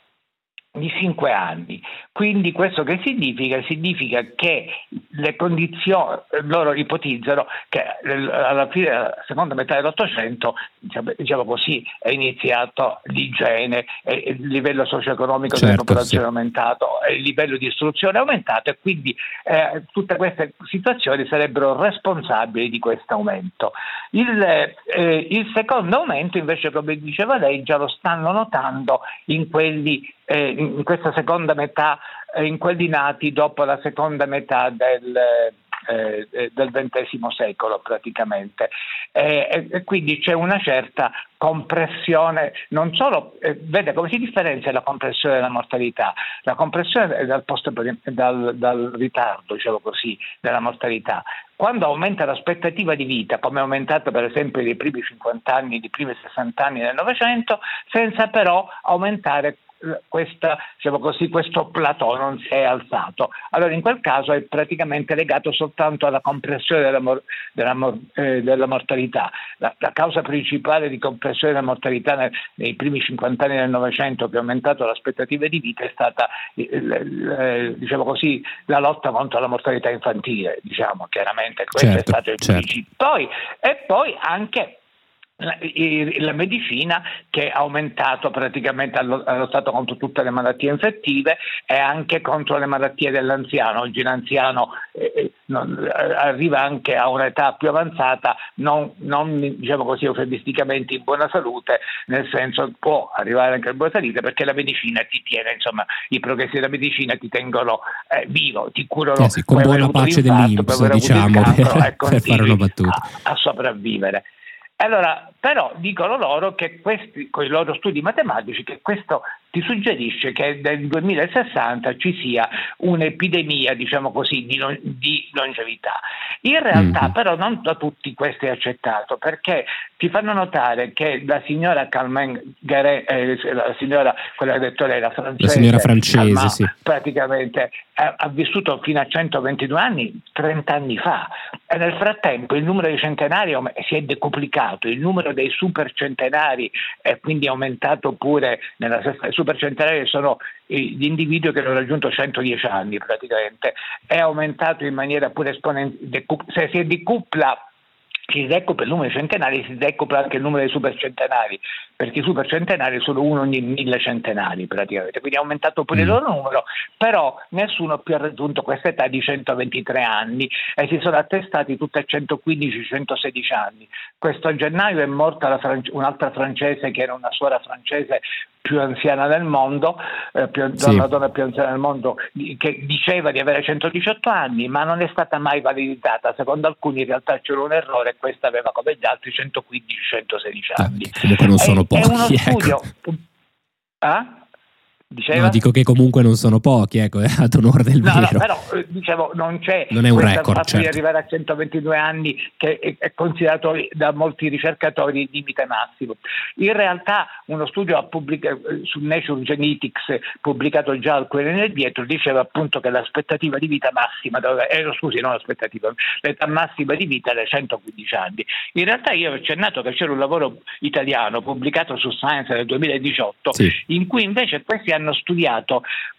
di cinque anni. Quindi questo che significa? Significa che le condizioni, loro ipotizzano che alla fine della seconda metà dell'Ottocento, diciamo, diciamo così, è iniziato l'igiene, il livello socio-economico certo, della popolazione sì. è aumentato, il livello di istruzione è aumentato e quindi eh, tutte queste situazioni sarebbero responsabili di questo aumento. Il, eh, il secondo aumento invece, come diceva lei, già lo stanno notando in quelli eh, in questa seconda metà, eh, in quelli nati dopo la seconda metà del Eh, del ventesimo secolo praticamente, eh, e quindi c'è una certa compressione, non solo, eh, vede come si differenzia la compressione della mortalità. La compressione è dal, post, dal, dal ritardo, diciamo così, della mortalità. Quando aumenta l'aspettativa di vita, come è aumentato per esempio nei primi cinquanta anni, nei primi sessanta anni del Novecento, senza però aumentare questa, diciamo così, questo plateau non si è alzato. Allora in quel caso è praticamente legato soltanto alla compressione della, mor- della, mor- eh, della mortalità. La, la causa principale di compressione della mortalità nei, nei primi cinquanta anni del Novecento, che ha aumentato l'aspettativa di vita, è stata eh, eh, diciamo così, la lotta contro la mortalità infantile, diciamo, chiaramente questo certo, è stato il certo. principio. Poi, e poi anche La, la medicina, che ha aumentato praticamente, ha lottato contro tutte le malattie infettive e anche contro le malattie dell'anziano. Oggi l'anziano eh, non, arriva anche a un'età più avanzata, non, non diciamo così eufemisticamente in buona salute, nel senso può arrivare anche in buona salute perché la medicina ti tiene, insomma, i progressi della medicina ti tengono eh, vivo, ti curano eh sì, con buona pace dell'I N P S, diciamo, per, per fare una battuta, a, a sopravvivere. Allora, però dicono loro che questi, con i loro studi matematici, che questo ti suggerisce che nel duemilasessanta ci sia un'epidemia, diciamo così, di, non, di longevità. In realtà, mm. però, non da tutti questo è accettato, perché ti fanno notare che la signora Carmen Garet, eh, la signora, quella che ha detto lei, la francese, la signora francese, Calma, sì, praticamente ha, ha vissuto fino a centoventidue anni, trenta anni fa, e nel frattempo il numero di centenari si è decuplicato, il numero dei supercentenari è quindi aumentato pure nella sesta. I supercentenari sono gli individui che hanno raggiunto centodieci anni praticamente, è aumentato in maniera pure esponenziale, se si decupla si decupla il numero di centenari, si decupla anche il numero dei supercentenari, perché i supercentenari sono uno ogni mille centenari praticamente, quindi è aumentato pure mm. il loro numero, però nessuno più ha raggiunto questa età di centoventitré anni e si sono attestati tutti a centoquindici centosedici anni. Questo gennaio è morta la France- un'altra francese che era una suora francese più anziana del mondo, eh, più, sì. la donna più anziana del mondo, che diceva di avere centodiciotto anni, ma non è stata mai validata. Secondo alcuni in realtà c'era un errore e questa aveva come gli altri centoquindici centosedici anni. Ah, comunque non sono è, pochi. È uno studio. Ecco. Ah? Diceva? No, dico che comunque non sono pochi, ecco, ad onore del no, vero. No, però dicevo, non c'è non è un record, fatto certo. di arrivare a centoventidue anni che è, è considerato da molti ricercatori il limite massimo. In realtà uno studio pubblica, su Nature Genetics, pubblicato già alcuni anni addietro, diceva appunto che l'aspettativa di vita massima, eh, scusi, non l'aspettativa, l'età massima di vita era centoquindici anni. In realtà io ho accennato che c'era un lavoro italiano pubblicato su Science nel duemiladiciotto, sì, in cui invece questi hanno studiato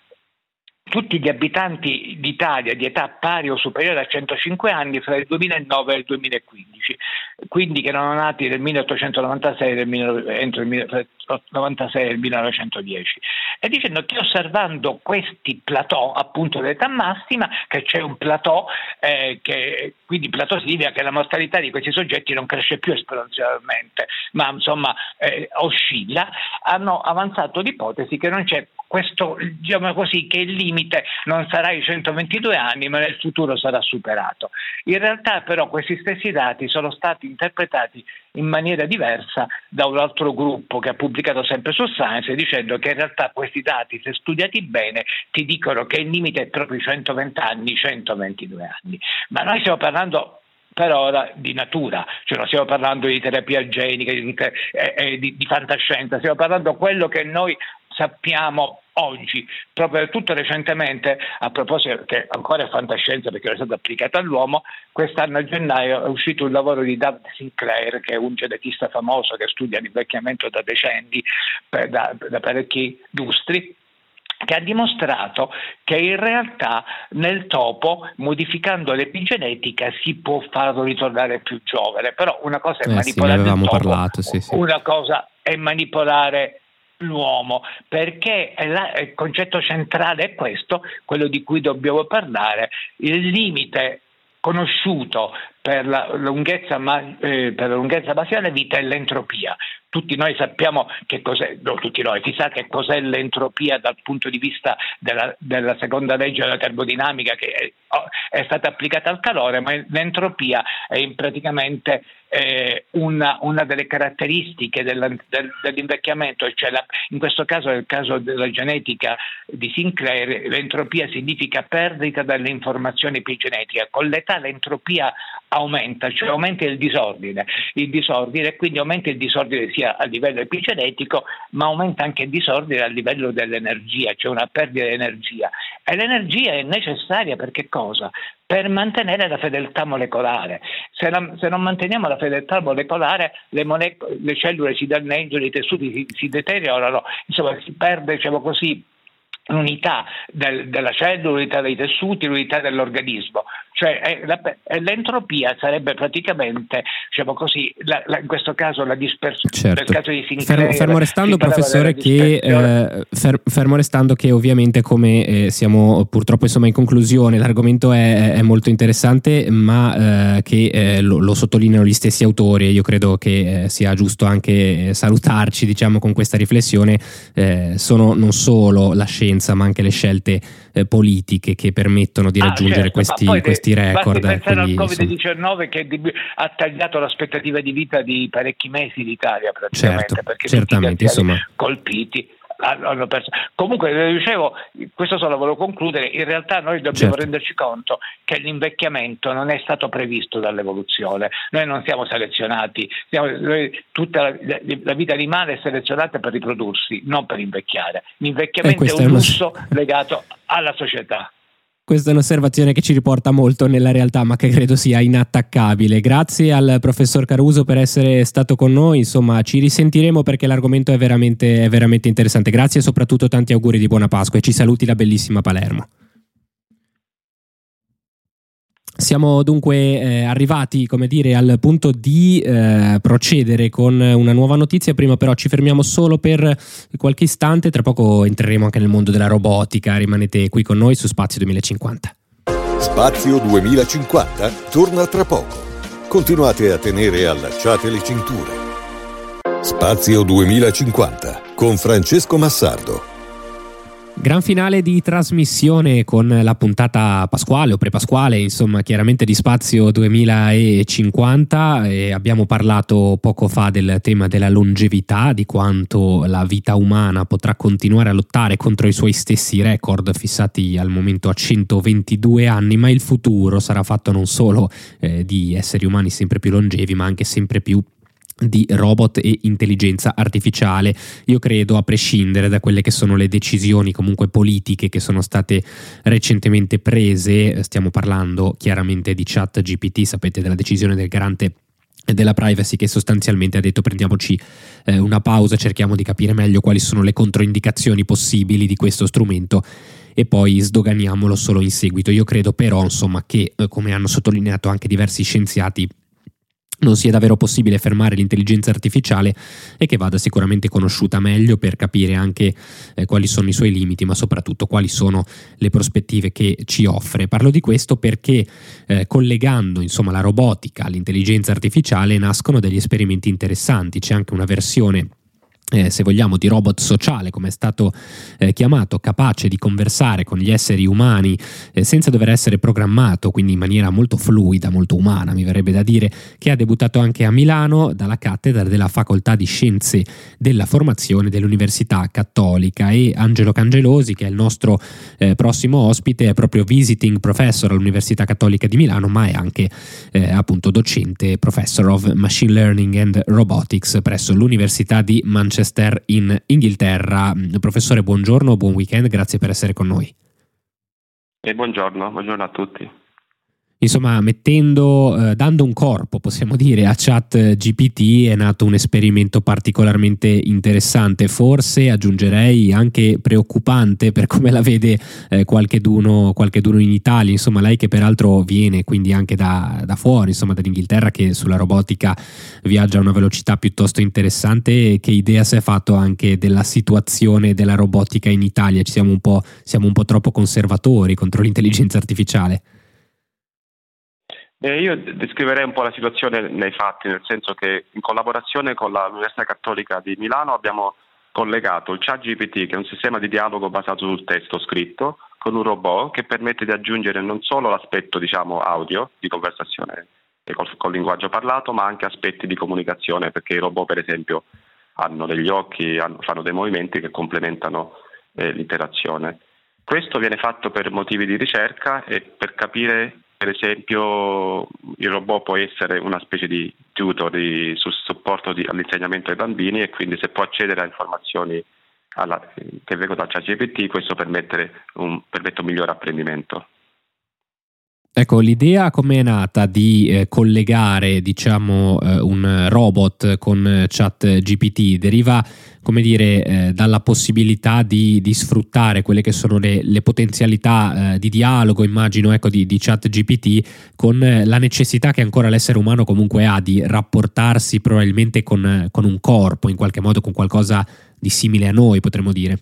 tutti gli abitanti d'Italia di età pari o superiore a centocinque anni fra il duemilanove e il duemilaquindici, quindi che erano nati nel milleottocentonovantasei nel, entro il milleottocentonovantasei e il millenovecentodieci, e dicendo che osservando questi plateau appunto dell'età massima, che c'è un plateau, eh, che quindi plateau significa che la mortalità di questi soggetti non cresce più esponenzialmente, ma insomma eh, oscilla, hanno avanzato l'ipotesi che non c'è questo, diciamo così, che il limite non sarà i centoventidue anni, ma nel futuro sarà superato. In realtà però questi stessi dati sono stati interpretati in maniera diversa da un altro gruppo che ha pubblicato sempre su Science, dicendo che in realtà questi dati, se studiati bene, ti dicono che il limite è proprio i centoventi anni, centoventidue anni. Ma noi stiamo parlando per ora di natura, cioè non stiamo parlando di terapia genica, di, eh, di, di fantascienza, stiamo parlando di quello che noi sappiamo oggi. Proprio tutto recentemente, a proposito che ancora è fantascienza perché è stato applicato all'uomo, quest'anno a gennaio è uscito un lavoro di David Sinclair, che è un genetista famoso che studia l'invecchiamento da decenni, per, da, da parecchi lustri, che ha dimostrato che in realtà nel topo, modificando l'epigenetica, si può farlo ritornare più giovane. Però una cosa è eh manipolare sì, il topo, parlato, sì, sì. Una cosa è manipolare l'uomo, perché la, il concetto centrale è questo, quello di cui dobbiamo parlare, il limite conosciuto per la lunghezza, eh, per la lunghezza base della vita è l'entropia. Tutti noi sappiamo che cos'è, no, tutti noi, si sa che cos'è l'entropia dal punto di vista della, della seconda legge della termodinamica, che è, è stata applicata al calore, ma l'entropia è praticamente eh, una, una delle caratteristiche della, del, dell'invecchiamento, cioè la, in questo caso, nel caso della genetica di Sinclair, l'entropia significa perdita delle informazioni epigenetiche. Con l'età l'entropia aumenta, cioè aumenta il disordine, il disordine e quindi aumenta il disordine sia a livello epigenetico, ma aumenta anche il disordine a livello dell'energia, cioè una perdita di energia. E l'energia è necessaria per che cosa? Per mantenere la fedeltà molecolare. Se non, se non manteniamo la fedeltà molecolare, le, moleco- le cellule si danneggiano, i tessuti si, si deteriorano, insomma si perde, diciamo così, l'unità del, della cellula, l'unità dei tessuti, l'unità dell'organismo. Cioè è la, è l'entropia sarebbe praticamente, diciamo così, la, la, in questo caso la dispersione. Certo. Nel caso di Sinclair, fermo, fermo restando, professore, che eh, fer, fermo restando che ovviamente come eh, siamo purtroppo insomma in conclusione, l'argomento è, è molto interessante, ma eh, che eh, lo, lo sottolineano gli stessi autori, e io credo che eh, sia giusto anche salutarci, diciamo, con questa riflessione. Eh, sono non solo la scienza, ma anche le scelte eh, politiche che permettono di raggiungere ah, certo, questi, questi record. Basti pensare quindi, al covid diciannove che ha tagliato l'aspettativa di vita di parecchi mesi in Italia praticamente, certo, perché certamente, tutti gli insomma, colpiti hanno perso. Comunque dicevo, questo solo volevo concludere, in realtà noi dobbiamo certo. renderci conto che l'invecchiamento non è stato previsto dall'evoluzione, noi non siamo selezionati, siamo, noi, tutta la, la vita animale è selezionata per riprodursi, non per invecchiare. L'invecchiamento è un è lusso legato alla società. Questa è un'osservazione che ci riporta molto nella realtà, ma che credo sia inattaccabile. Grazie al professor Caruso per essere stato con noi, insomma ci risentiremo perché l'argomento è veramente, è veramente interessante. Grazie e soprattutto tanti auguri di buona Pasqua e ci saluti la bellissima Palermo. Siamo dunque eh, arrivati, come dire, al punto di eh, procedere con una nuova notizia. Prima però ci fermiamo solo per qualche istante, tra poco entreremo anche nel mondo della robotica. Rimanete qui con noi su Spazio duemilacinquanta. Spazio duemilacinquanta torna tra poco. Continuate a tenere allacciate le cinture. Spazio duemilacinquanta con Francesco Massardo. Gran finale di trasmissione con la puntata pasquale o prepasquale, insomma, chiaramente di Spazio duemilacinquanta, e abbiamo parlato poco fa del tema della longevità, di quanto la vita umana potrà continuare a lottare contro i suoi stessi record fissati al momento a centoventidue anni, ma il futuro sarà fatto non solo eh, di esseri umani sempre più longevi, ma anche sempre più di robot e intelligenza artificiale. Io credo, a prescindere da quelle che sono le decisioni comunque politiche che sono state recentemente prese, stiamo parlando chiaramente di ChatGPT, sapete, della decisione del garante della privacy che sostanzialmente ha detto prendiamoci eh, una pausa, cerchiamo di capire meglio quali sono le controindicazioni possibili di questo strumento e poi sdoganiamolo solo in seguito. Io credo però, insomma, che eh, come hanno sottolineato anche diversi scienziati, non sia davvero possibile fermare l'intelligenza artificiale e che vada sicuramente conosciuta meglio per capire anche eh, quali sono i suoi limiti, ma soprattutto quali sono le prospettive che ci offre. Parlo di questo perché eh, collegando insomma la robotica all'intelligenza artificiale nascono degli esperimenti interessanti. C'è anche una versione Eh, se vogliamo di robot sociale, come è stato eh, chiamato, capace di conversare con gli esseri umani eh, senza dover essere programmato, quindi in maniera molto fluida, molto umana, mi verrebbe da dire, che ha debuttato anche a Milano dalla cattedra della Facoltà di Scienze della Formazione dell'Università Cattolica. E Angelo Cangelosi, che è il nostro eh, prossimo ospite, è proprio visiting professor all'Università Cattolica di Milano, ma è anche eh, appunto docente, professor of Machine Learning and Robotics presso l'Università di Manchester in Inghilterra. Professore, buongiorno, buon weekend, grazie per essere con noi. E buongiorno, buongiorno a tutti. Insomma, mettendo, eh, dando un corpo, possiamo dire, a ChatGPT è nato un esperimento particolarmente interessante, forse aggiungerei anche preoccupante per come la vede eh, qualcheduno, qualcheduno in Italia. Insomma, lei che peraltro viene quindi anche da, da fuori, insomma dall'Inghilterra, che sulla robotica viaggia a una velocità piuttosto interessante, che idea si è fatto anche della situazione della robotica in Italia? Ci siamo un po', siamo un po' troppo conservatori contro l'intelligenza artificiale? Eh, io descriverei un po' la situazione nei fatti, nel senso che in collaborazione con la, l'Università Cattolica di Milano abbiamo collegato il ChatGPT, che è un sistema di dialogo basato sul testo scritto, con un robot che permette di aggiungere non solo l'aspetto, diciamo, audio di conversazione col, col linguaggio parlato, ma anche aspetti di comunicazione, perché i robot, per esempio, hanno degli occhi, hanno, fanno dei movimenti che complementano eh, l'interazione. Questo viene fatto per motivi di ricerca e per capire per esempio il robot può essere una specie di tutor di su supporto di, all'insegnamento ai bambini, e quindi se può accedere a informazioni alla, che vengono da ChatGPT, questo permette un, permette un migliore apprendimento. Ecco, l'idea come è nata di eh, collegare, diciamo, eh, un robot con ChatGPT deriva, come dire, eh, dalla possibilità di, di sfruttare quelle che sono le, le potenzialità eh, di dialogo, immagino, ecco, di, di ChatGPT, con eh, la necessità che ancora l'essere umano comunque ha di rapportarsi probabilmente con, con un corpo, in qualche modo con qualcosa di simile a noi, potremmo dire.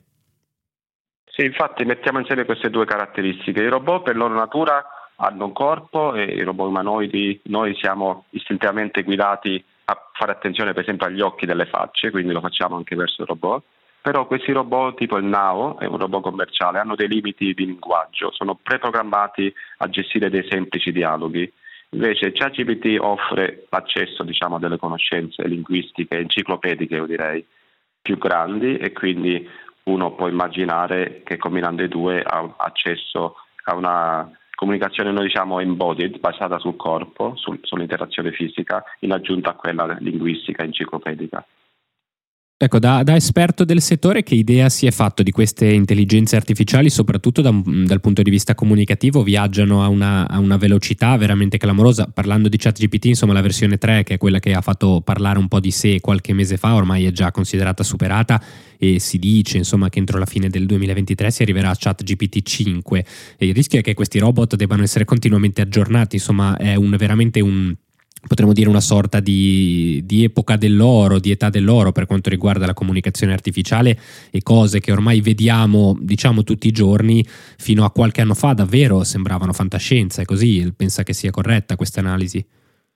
Sì, infatti mettiamo insieme queste due caratteristiche. I robot per loro natura hanno un corpo, e i robot umanoidi, noi siamo istintivamente guidati a fare attenzione per esempio agli occhi delle facce, quindi lo facciamo anche verso il robot. Però questi robot, tipo il Nao, è un robot commerciale, hanno dei limiti di linguaggio, sono preprogrammati a gestire dei semplici dialoghi. Invece ChatGPT offre l'accesso, diciamo, a delle conoscenze linguistiche, enciclopediche, io direi, più grandi, e quindi uno può immaginare che combinando i due ha accesso a una comunicazione, noi diciamo embodied, basata sul corpo, sul, sull'interazione fisica, in aggiunta a quella linguistica enciclopedica. Ecco, da, da esperto del settore, che idea si è fatto di queste intelligenze artificiali, soprattutto da, dal punto di vista comunicativo? Viaggiano a una, a una velocità veramente clamorosa. Parlando di ChatGPT, insomma, la versione tre, che è quella che ha fatto parlare un po' di sé qualche mese fa, ormai è già considerata superata, e si dice, insomma, che entro la fine del duemilaventitré si arriverà a ChatGPT cinque. E il rischio è che questi robot debbano essere continuamente aggiornati, insomma, è un, veramente un... potremmo dire una sorta di, di epoca dell'oro, di età dell'oro per quanto riguarda la comunicazione artificiale, e cose che ormai vediamo, diciamo, tutti i giorni, fino a qualche anno fa davvero sembravano fantascienza. È così? Pensa che sia corretta questa analisi?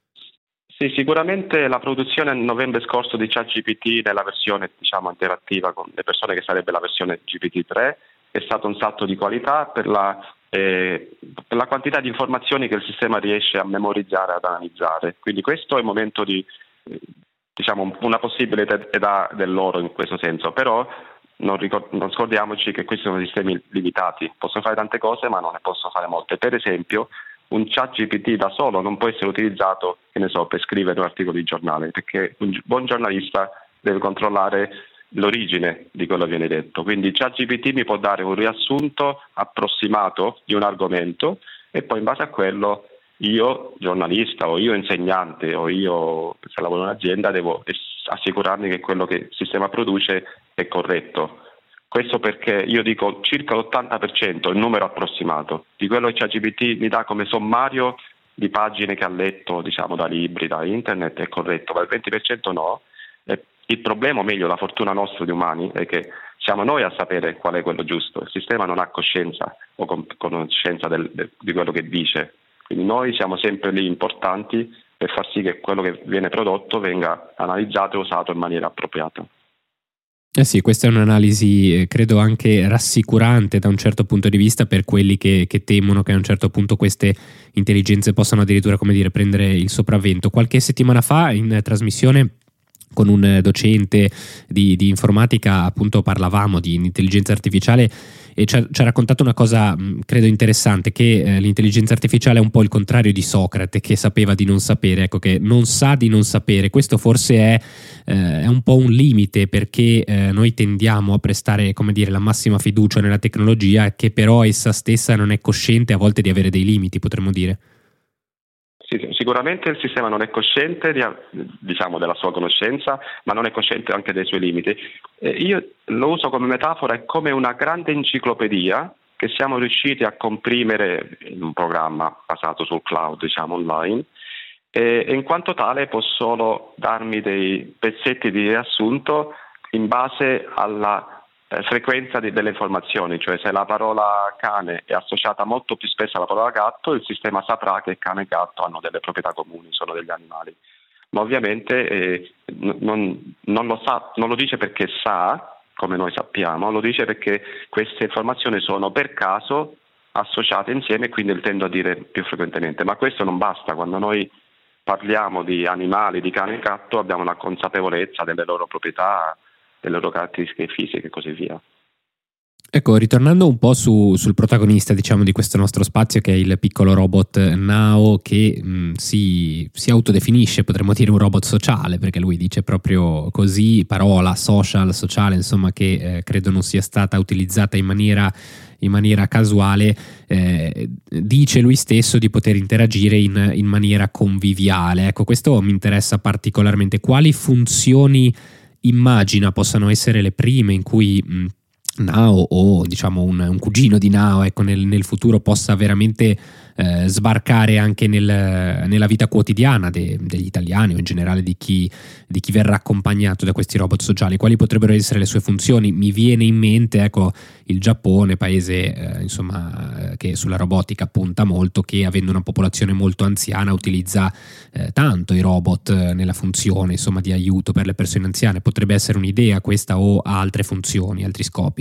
Sì, sicuramente la produzione nel novembre scorso di ChatGPT nella versione, diciamo, interattiva con le persone, che sarebbe la versione G P T tre, è stato un salto di qualità per la Eh, per la quantità di informazioni che il sistema riesce a memorizzare, ad analizzare. Quindi questo è il momento di, eh, diciamo, una possibile età dell'oro in questo senso, però non, ricord- non scordiamoci che questi sono sistemi limitati, possono fare tante cose ma non ne possono fare molte. Per esempio un ChatGPT da solo non può essere utilizzato, che ne so, per scrivere un articolo di giornale, perché un buon giornalista deve controllare l'origine di quello che viene detto. Quindi ChatGPT mi può dare un riassunto approssimato di un argomento, e poi in base a quello io, giornalista, o io insegnante, o io, se lavoro in un'azienda, devo assicurarmi che quello che il sistema produce è corretto. Questo perché io dico circa l'ottanta per cento, il numero approssimato, di quello che ChatGPT mi dà come sommario di pagine che ha letto, diciamo, da libri, da internet, è corretto, ma il venti per cento no. E il problema, o meglio la fortuna nostra di umani, è che siamo noi a sapere qual è quello giusto. Il sistema non ha coscienza o conoscenza del, del, di quello che dice. Quindi noi siamo sempre lì importanti per far sì che quello che viene prodotto venga analizzato e usato in maniera appropriata. Eh sì, questa è un'analisi, eh, credo anche rassicurante da un certo punto di vista per quelli che, che temono che a un certo punto queste intelligenze possano addirittura, come dire, prendere il sopravvento. Qualche settimana fa in trasmissione con un docente di, di informatica, appunto, parlavamo di intelligenza artificiale, e ci ha, ci ha raccontato una cosa, credo interessante, che eh, l'intelligenza artificiale è un po' il contrario di Socrate, che sapeva di non sapere, ecco, che non sa di non sapere. Questo forse è, eh, è un po' un limite, perché eh, noi tendiamo a prestare, come dire, la massima fiducia nella tecnologia, che però essa stessa non è cosciente a volte di avere dei limiti, potremmo dire. Sì, sicuramente il sistema non è cosciente di, diciamo, della sua conoscenza, ma non è cosciente anche dei suoi limiti. Eh, io lo uso come metafora, è come una grande enciclopedia che siamo riusciti a comprimere in un programma basato sul cloud, diciamo, online, e, e in quanto tale può solo darmi dei pezzetti di riassunto in base alla Eh, frequenza di, delle informazioni. Cioè, se la parola cane è associata molto più spesso alla parola gatto, il sistema saprà che cane e gatto hanno delle proprietà comuni, sono degli animali. Ma ovviamente eh, non, non lo sa, non lo dice perché sa, come noi sappiamo, lo dice perché queste informazioni sono per caso associate insieme, e quindi tendo a dire più frequentemente. Ma questo non basta. Quando noi parliamo di animali, di cane e gatto, abbiamo una consapevolezza delle loro proprietà, delle loro caratteristiche fisiche e così via. Ecco, ritornando un po' su, sul protagonista, diciamo, di questo nostro spazio, che è il piccolo robot Nao, che mh, si, si autodefinisce, potremmo dire, un robot sociale, perché lui dice proprio così, parola social, sociale, insomma, che eh, credo non sia stata utilizzata in maniera, in maniera casuale. Eh, dice lui stesso di poter interagire in, in maniera conviviale. Ecco, questo mi interessa particolarmente. Quali funzioni immagina possano essere le prime in cui mh, Nao, o diciamo un, un cugino di Nao, ecco, nel, nel futuro possa veramente eh, sbarcare anche nel, nella vita quotidiana de, degli italiani, o in generale di chi, di chi verrà accompagnato da questi robot sociali? Quali potrebbero essere le sue funzioni? Mi viene in mente, ecco, il Giappone, paese eh, insomma che sulla robotica punta molto, che avendo una popolazione molto anziana utilizza eh, tanto i robot eh, nella funzione, insomma, di aiuto per le persone anziane. Potrebbe essere un'idea questa, o ha altre funzioni, altri scopi?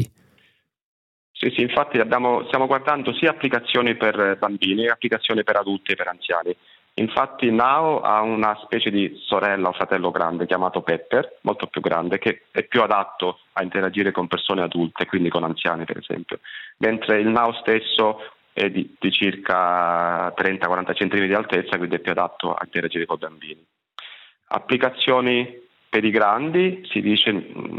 Sì, sì, infatti abbiamo, stiamo guardando sia applicazioni per bambini che applicazioni per adulti e per anziani. Infatti Nao ha una specie di sorella o fratello grande chiamato Pepper, molto più grande, che è più adatto a interagire con persone adulte, quindi con anziani per esempio, mentre il Nao stesso è di, di circa trenta quaranta centimetri di altezza, quindi è più adatto a interagire con bambini. Applicazioni per i grandi, si dice,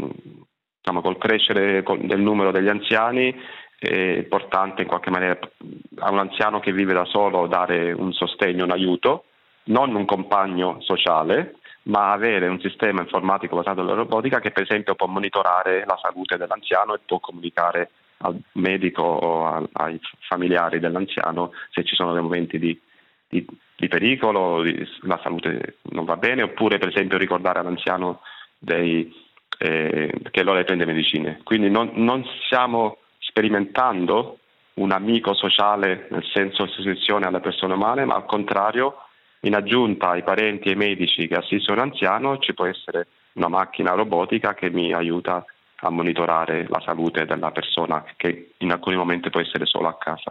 diciamo, col crescere del numero degli anziani è importante in qualche maniera a un anziano che vive da solo dare un sostegno, un aiuto, non un compagno sociale, ma avere un sistema informatico basato sulla robotica che per esempio può monitorare la salute dell'anziano e può comunicare al medico o a, ai familiari dell'anziano se ci sono dei momenti di, di, di pericolo, di, la salute non va bene, oppure per esempio ricordare all'anziano dei, eh, che l'ora prende medicine. Quindi non, non siamo sperimentando un amico sociale nel senso di sostituzione alle persone umane, ma al contrario, in aggiunta ai parenti e ai medici che assistono un anziano, ci può essere una macchina robotica che mi aiuta a monitorare la salute della persona, che in alcuni momenti può essere solo a casa.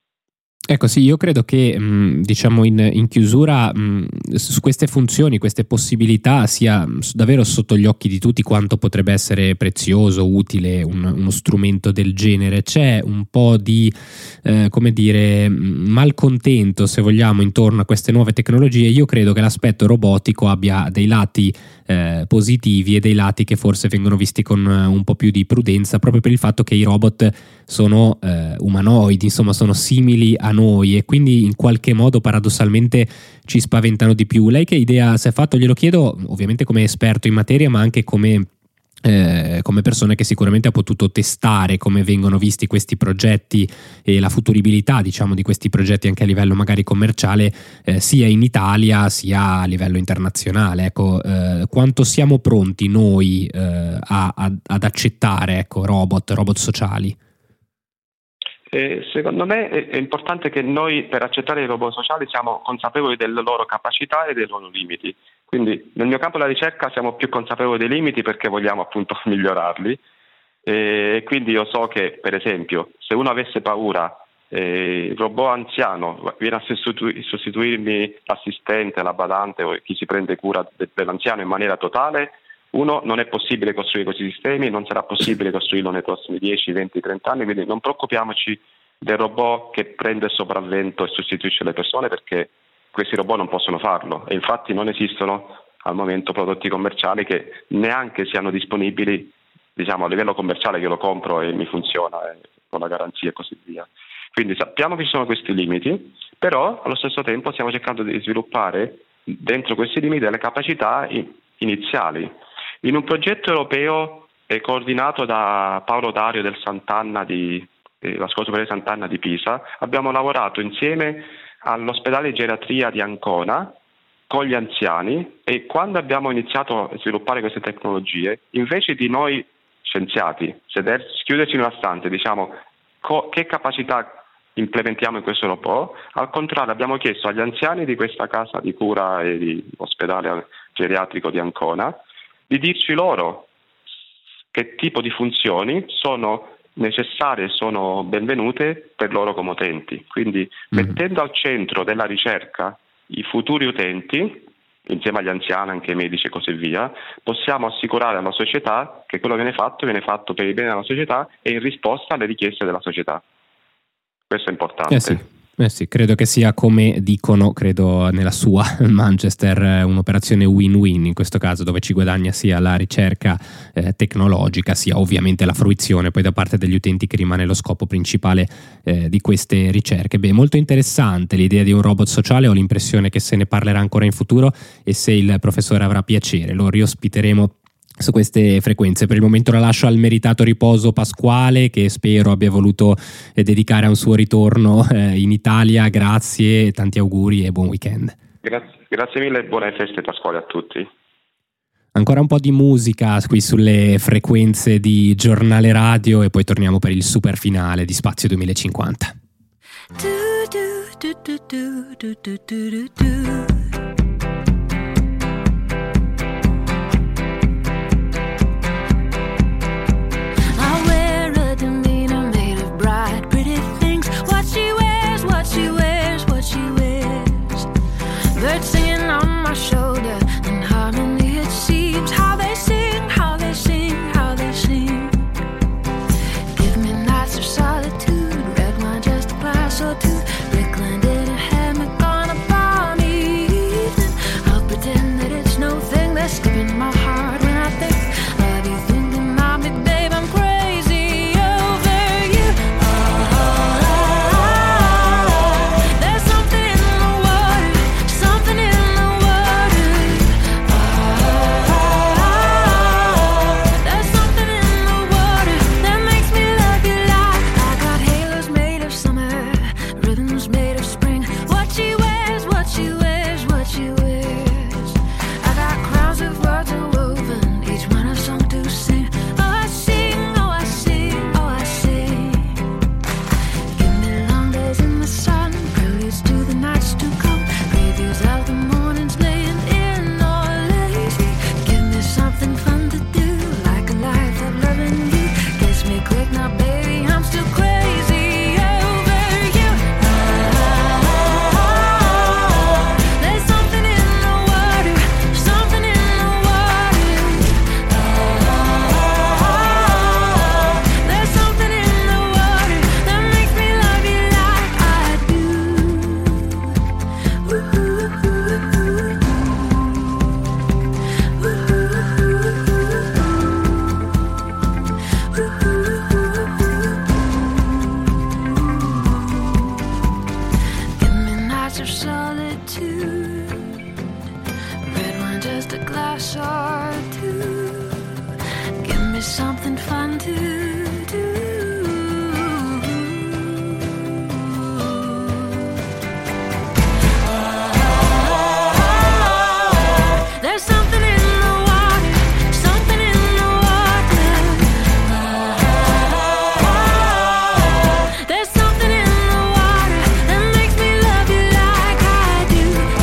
Ecco, sì, io credo che mh, diciamo in, in chiusura mh, su queste funzioni, queste possibilità, sia davvero sotto gli occhi di tutti quanto potrebbe essere prezioso, utile un, uno strumento del genere. C'è un po' di, eh, come dire, malcontento, se vogliamo, intorno a queste nuove tecnologie. Io credo che l'aspetto robotico abbia dei lati eh, positivi e dei lati che forse vengono visti con un po' più di prudenza, proprio per il fatto che i robot sono eh, umanoidi, insomma sono simili a noi, e quindi in qualche modo paradossalmente ci spaventano di più. Lei che idea si è fatto? Glielo chiedo ovviamente come esperto in materia, ma anche come, eh, come persona che sicuramente ha potuto testare come vengono visti questi progetti e la futuribilità, diciamo, di questi progetti anche a livello magari commerciale, eh, sia in Italia sia a livello internazionale. Ecco, eh, quanto siamo pronti noi eh, a, a, ad accettare, ecco, robot, robot sociali? Eh, secondo me è, è importante che noi, per accettare i robot sociali, siamo consapevoli delle loro capacità e dei loro limiti. Quindi nel mio campo della ricerca siamo più consapevoli dei limiti perché vogliamo appunto migliorarli, e eh, quindi io so che per esempio se uno avesse paura, eh, il robot anziano viene a sostitu- sostituirmi l'assistente, la badante o chi si prende cura de- dell'anziano in maniera totale. Uno, non è possibile costruire questi sistemi, non sarà possibile costruirlo nei prossimi dieci, venti, trenta anni, quindi non preoccupiamoci del robot che prende il sopravvento e sostituisce le persone, perché questi robot non possono farlo, e infatti non esistono al momento prodotti commerciali che neanche siano disponibili, diciamo, a livello commerciale, che lo compro e mi funziona e con la garanzia e così via. Quindi sappiamo che ci sono questi limiti, però allo stesso tempo stiamo cercando di sviluppare dentro questi limiti delle capacità iniziali. In un progetto europeo eh, coordinato da Paolo Dario del Sant'Anna di, eh, la Scuola Superiore Sant'Anna di Pisa, abbiamo lavorato insieme all'ospedale di geriatria di Ancona con gli anziani, e quando abbiamo iniziato a sviluppare queste tecnologie, invece di noi scienziati sederci, chiuderci in una stanza, diciamo co- che capacità implementiamo in questo robot, al contrario abbiamo chiesto agli anziani di questa casa di cura e di ospedale geriatrico di Ancona di dirci loro che tipo di funzioni sono necessarie e sono benvenute per loro come utenti. Quindi mm. mettendo al centro della ricerca i futuri utenti, insieme agli anziani, anche ai medici e così via, possiamo assicurare alla società che quello che viene fatto viene fatto per il bene della società e in risposta alle richieste della società. Questo è importante. Eh sì. Eh sì, credo che sia, come dicono, credo nella sua Manchester, un'operazione win-win in questo caso, dove ci guadagna sia la ricerca eh, tecnologica, sia ovviamente la fruizione poi da parte degli utenti, che rimane lo scopo principale eh, di queste ricerche. Beh, molto interessante l'idea di un robot sociale, ho l'impressione che se ne parlerà ancora in futuro, e se il professore avrà piacere lo riospiteremo su queste frequenze. Per il momento la lascio al meritato riposo pasquale, che spero abbia voluto eh, dedicare a un suo ritorno eh, in Italia. Grazie, tanti auguri e buon weekend. Grazie, grazie mille e buone feste pasquali a tutti. Ancora un po' di musica qui sulle frequenze di Giornale Radio e poi torniamo per il super finale di Spazio duemilacinquanta. Birds singing on my shoulder, in harmony it seems. How they sing, how they sing, how they sing. Give me nights of solitude, red wine, just a glass or two. Brickland in a hammock on a balmy evening. I'll pretend that it's no thing that's skipping my heart when I think of you thinking of me, babe. I'm crazy over you. Oh, oh, oh, oh. There's something in the water, something in the water. Oh, oh, oh. There's something in the water that makes me love you like I got halos made of summer, ribbons made of spring. What she wears, what she wears, what she wears. I got crowns of words woven, each one a song to sing. Oh, I sing, oh, I sing, oh, I sing. Give me long days in the sun, preludes to the nights to come, previews of the mornings laying in or lazy. Give me something fun to do, like a life of loving you. Kiss me quick now, baby, I'm still crazy over you. Oh, oh, oh. There's something in the water, something in the water. Oh, oh, oh. There's something in the water that makes me love you like I do. Ooh, ooh, ooh, ooh. Ooh, ooh, ooh, ooh. Give me nights of solitude, red wine, just a glass or two. Give me something fun to do. There's something in the water, something in the water. There's something in the water that makes me love you like I do.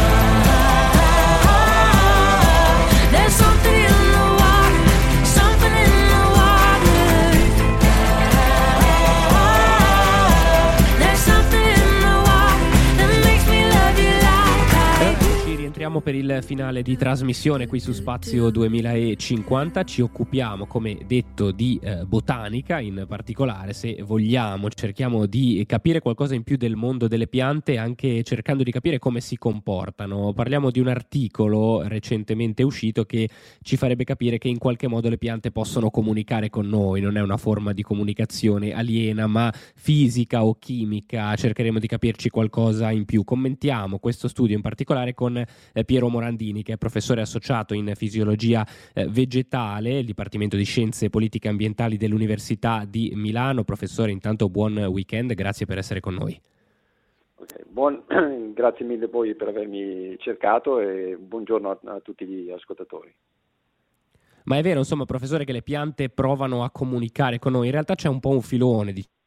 There's something in the water, something in the water. There's something in the water that makes me love you like I do. Ci rientriamo per il finale di trasmissione qui su Spazio duemilacinquanta. Ci occupiamo, come detto, di eh, botanica in particolare. Se vogliamo, cerchiamo di capire qualcosa in più del mondo delle piante, anche cercando di capire come si comportano. Parliamo di un articolo recentemente uscito che ci farebbe capire che in qualche modo le piante possono comunicare con noi. Non è una forma di comunicazione aliena, ma fisica o chimica. Cercheremo di capirci qualcosa in più. Commentiamo questo studio in particolare con eh, Piero Morandini, che è professore associato in fisiologia eh, vegetale, il Dipartimento di Scienze Politiche Ambientali dell'Università di Milano. Professore, intanto buon weekend, grazie per essere con noi. Okay, buon, grazie mille poi per avermi cercato e buongiorno a, a tutti gli ascoltatori. Ma è vero, insomma, professore, che le piante provano a comunicare con noi? In realtà c'è un po' un filone,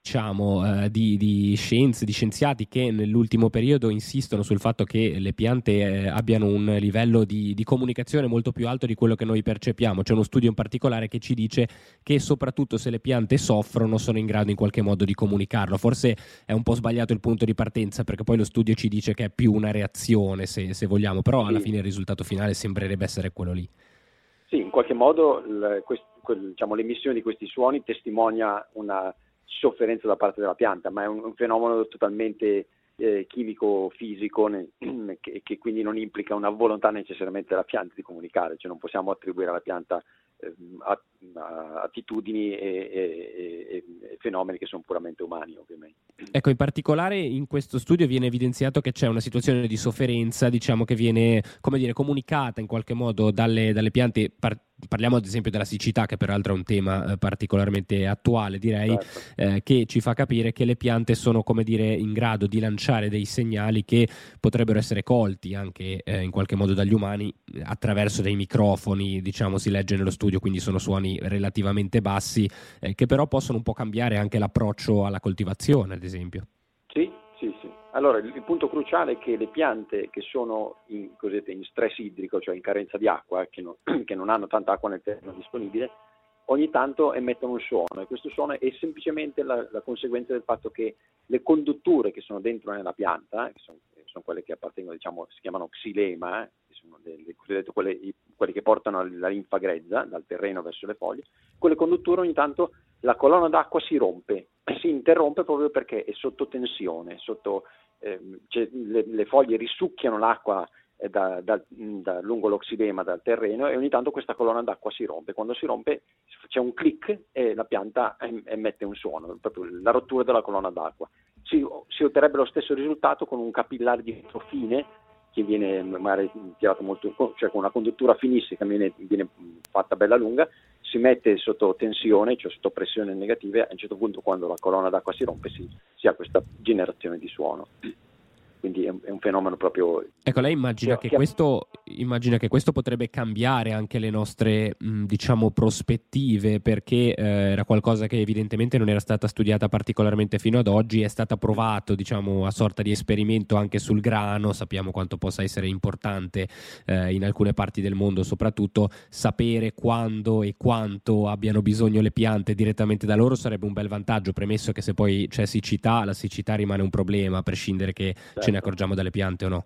diciamo, eh, di, di scienze, di scienziati che nell'ultimo periodo insistono sul fatto che le piante eh, abbiano un livello di, di comunicazione molto più alto di quello che noi percepiamo. C'è uno studio in particolare che ci dice che soprattutto se le piante soffrono sono in grado in qualche modo di comunicarlo. Forse è un po' sbagliato il punto di partenza, perché poi lo studio ci dice che è più una reazione, se, se vogliamo, però alla fine il risultato finale sembrerebbe essere quello lì. Sì, in qualche modo il, quest, quel, diciamo, l'emissione di questi suoni testimonia una sofferenza da parte della pianta, ma è un, un fenomeno totalmente eh, chimico-fisico ne, che, che quindi non implica una volontà necessariamente della pianta di comunicare, cioè non possiamo attribuire alla pianta eh, a, a, attitudini e, e, e, e fenomeni che sono puramente umani, ovviamente. Ecco, in particolare in questo studio viene evidenziato che c'è una situazione di sofferenza, diciamo, che viene, come dire, comunicata in qualche modo dalle, dalle piante. Par- parliamo ad esempio della siccità, che peraltro è un tema eh, particolarmente attuale, direi, certo. eh, che ci fa capire che le piante sono, come dire, in grado di lanciare dei segnali che potrebbero essere colti anche eh, in qualche modo dagli umani attraverso dei microfoni, diciamo, si legge nello studio, quindi sono suoni relativamente bassi eh, che però possono un po' cambiare anche l'approccio alla coltivazione, ad esempio. Sì, sì, sì. Allora, il, il punto cruciale è che le piante che sono in, così, in stress idrico, cioè in carenza di acqua, che, no, che non hanno tanta acqua nel terreno disponibile, ogni tanto emettono un suono, e questo suono è semplicemente la, la conseguenza del fatto che le condutture che sono dentro nella pianta, che sono, sono quelle che appartengono, diciamo, si chiamano xilema, eh, che sono delle, cosiddette quelle, i, quelli che portano la linfa grezza dal terreno verso le foglie, quelle condutture ogni tanto la colonna d'acqua si rompe, si interrompe proprio perché è sotto tensione, sotto, ehm, cioè, le, le foglie risucchiano l'acqua eh, da, da, da lungo l'oxidema dal terreno, e ogni tanto questa colonna d'acqua si rompe. Quando si rompe c'è un click e la pianta em- emette un suono, proprio la rottura della colonna d'acqua. Si, si otterrebbe lo stesso risultato con un capillare di vetro fine che viene magari tirato molto, cioè con una conduttura finissima, viene, viene fatta bella lunga, si mette sotto tensione, cioè sotto pressione negativa, e a un certo punto, quando la colonna d'acqua si rompe, si, si ha questa generazione di suono. Quindi è un, è un fenomeno proprio... Ecco, lei immagina che, che questo immagina che questo potrebbe cambiare anche le nostre, mh, diciamo, prospettive, perché eh, era qualcosa che evidentemente non era stata studiata particolarmente fino ad oggi, è stata provato, diciamo, a sorta di esperimento anche sul grano. Sappiamo quanto possa essere importante eh, in alcune parti del mondo, soprattutto sapere quando e quanto abbiano bisogno le piante direttamente da loro sarebbe un bel vantaggio, premesso che se poi c'è siccità, la siccità rimane un problema, a prescindere che certo. ce ne accorgiamo dalle piante o no.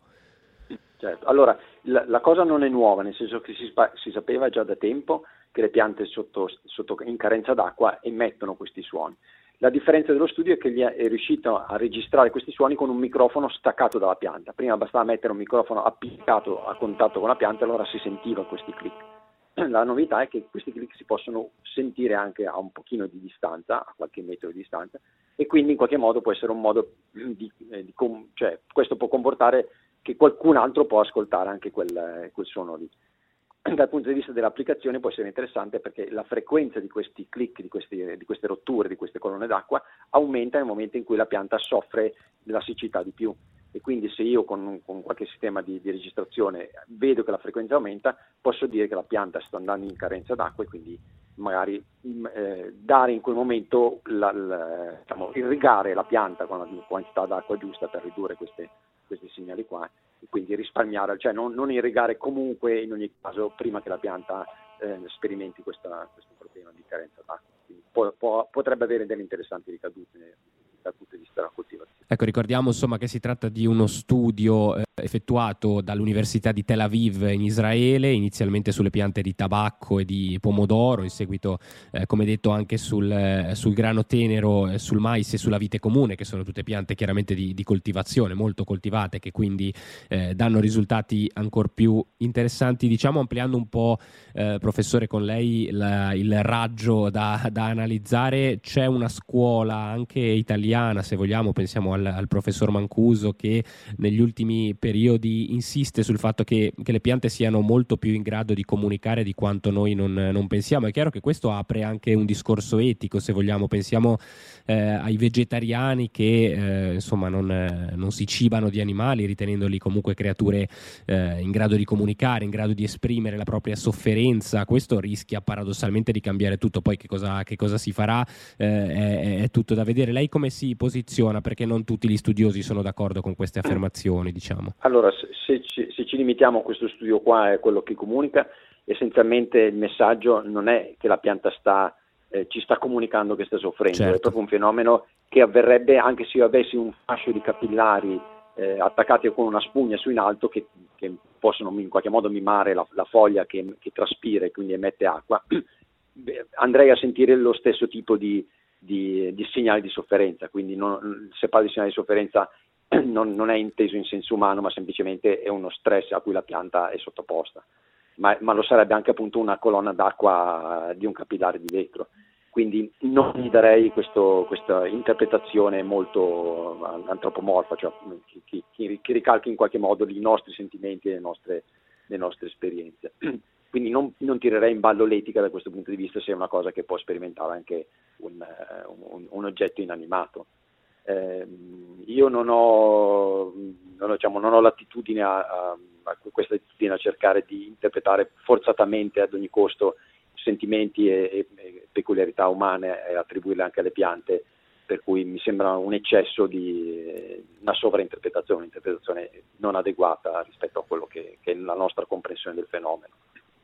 Certo. Allora, la, la cosa non è nuova, nel senso che si, spa, si sapeva già da tempo che le piante sotto, sotto, in carenza d'acqua emettono questi suoni. La differenza dello studio è che gli è, è riuscito a registrare questi suoni con un microfono staccato dalla pianta. Prima bastava mettere un microfono appiccato a contatto con la pianta, e allora si sentiva questi click. La novità è che questi click si possono sentire anche a un pochino di distanza, a qualche metro di distanza, e quindi in qualche modo può essere un modo di, di cioè questo può comportare che qualcun altro può ascoltare anche quel, quel suono lì. Dal punto di vista dell'applicazione può essere interessante, perché la frequenza di questi click, di, questi, di queste rotture, di queste colonne d'acqua aumenta nel momento in cui la pianta soffre della siccità di più. E quindi se io con, con qualche sistema di, di registrazione vedo che la frequenza aumenta, posso dire che la pianta sta andando in carenza d'acqua, e quindi magari eh, dare in quel momento, la, la, diciamo, irrigare la pianta con la quantità d'acqua giusta per ridurre queste, questi segnali qua, e quindi risparmiare, cioè non, non irrigare comunque in ogni caso prima che la pianta eh, sperimenti questa, questo problema di carenza d'acqua. Quindi può, può, potrebbe avere delle interessanti ricadute dal punto di vista della coltivazione. Ecco, ricordiamo insomma che si tratta di uno studio eh, effettuato dall'Università di Tel Aviv in Israele, inizialmente sulle piante di tabacco e di pomodoro, in seguito eh, come detto anche sul, eh, sul grano tenero, eh, sul mais e sulla vite comune, che sono tutte piante chiaramente di, di coltivazione, molto coltivate, che quindi eh, danno risultati ancor più interessanti. Diciamo, ampliando un po', eh, professore, con lei la, il raggio da, da analizzare, c'è una scuola anche italiana, se vogliamo, pensiamo al, al professor Mancuso, che negli ultimi periodi insiste sul fatto che, che le piante siano molto più in grado di comunicare di quanto noi non, non pensiamo. È chiaro che questo apre anche un discorso etico, se vogliamo. Pensiamo eh, ai vegetariani che eh, insomma non, eh, non si cibano di animali, ritenendoli comunque creature eh, in grado di comunicare, in grado di esprimere la propria sofferenza. Questo rischia paradossalmente di cambiare tutto. Poi che cosa, che cosa si farà eh, è, è tutto da vedere. Lei come si posiziona? Perché non tutti gli studiosi sono d'accordo con queste affermazioni, diciamo. Allora, se, se, ci, se ci limitiamo a questo studio qua, è quello che comunica, essenzialmente il messaggio non è che la pianta sta, eh, ci sta comunicando che sta soffrendo, certo. È proprio un fenomeno che avverrebbe anche se io avessi un fascio di capillari eh, attaccati con una spugna su in alto che, che possono in qualche modo mimare la, la foglia che, che traspira e quindi emette acqua. Andrei a sentire lo stesso tipo di, di, di segnali di sofferenza, quindi non, se parlo di segnali di sofferenza non, non è inteso in senso umano, ma semplicemente è uno stress a cui la pianta è sottoposta, ma, ma lo sarebbe anche appunto una colonna d'acqua di un capillare di vetro, quindi non gli darei questo, questa interpretazione molto antropomorfa, cioè che, che, che ricalchi in qualche modo i nostri sentimenti e le nostre, le nostre esperienze. Quindi non, non tirerei in ballo l'etica da questo punto di vista, se è una cosa che può sperimentare anche un, un, un oggetto inanimato. Eh, io non ho, non ho, diciamo, non ho l'attitudine a, a, a questa attitudine a cercare di interpretare forzatamente ad ogni costo sentimenti e, e, e peculiarità umane e attribuirle anche alle piante, per cui mi sembra un eccesso di una sovrainterpretazione, un'interpretazione non adeguata rispetto a quello che, che è la nostra comprensione del fenomeno.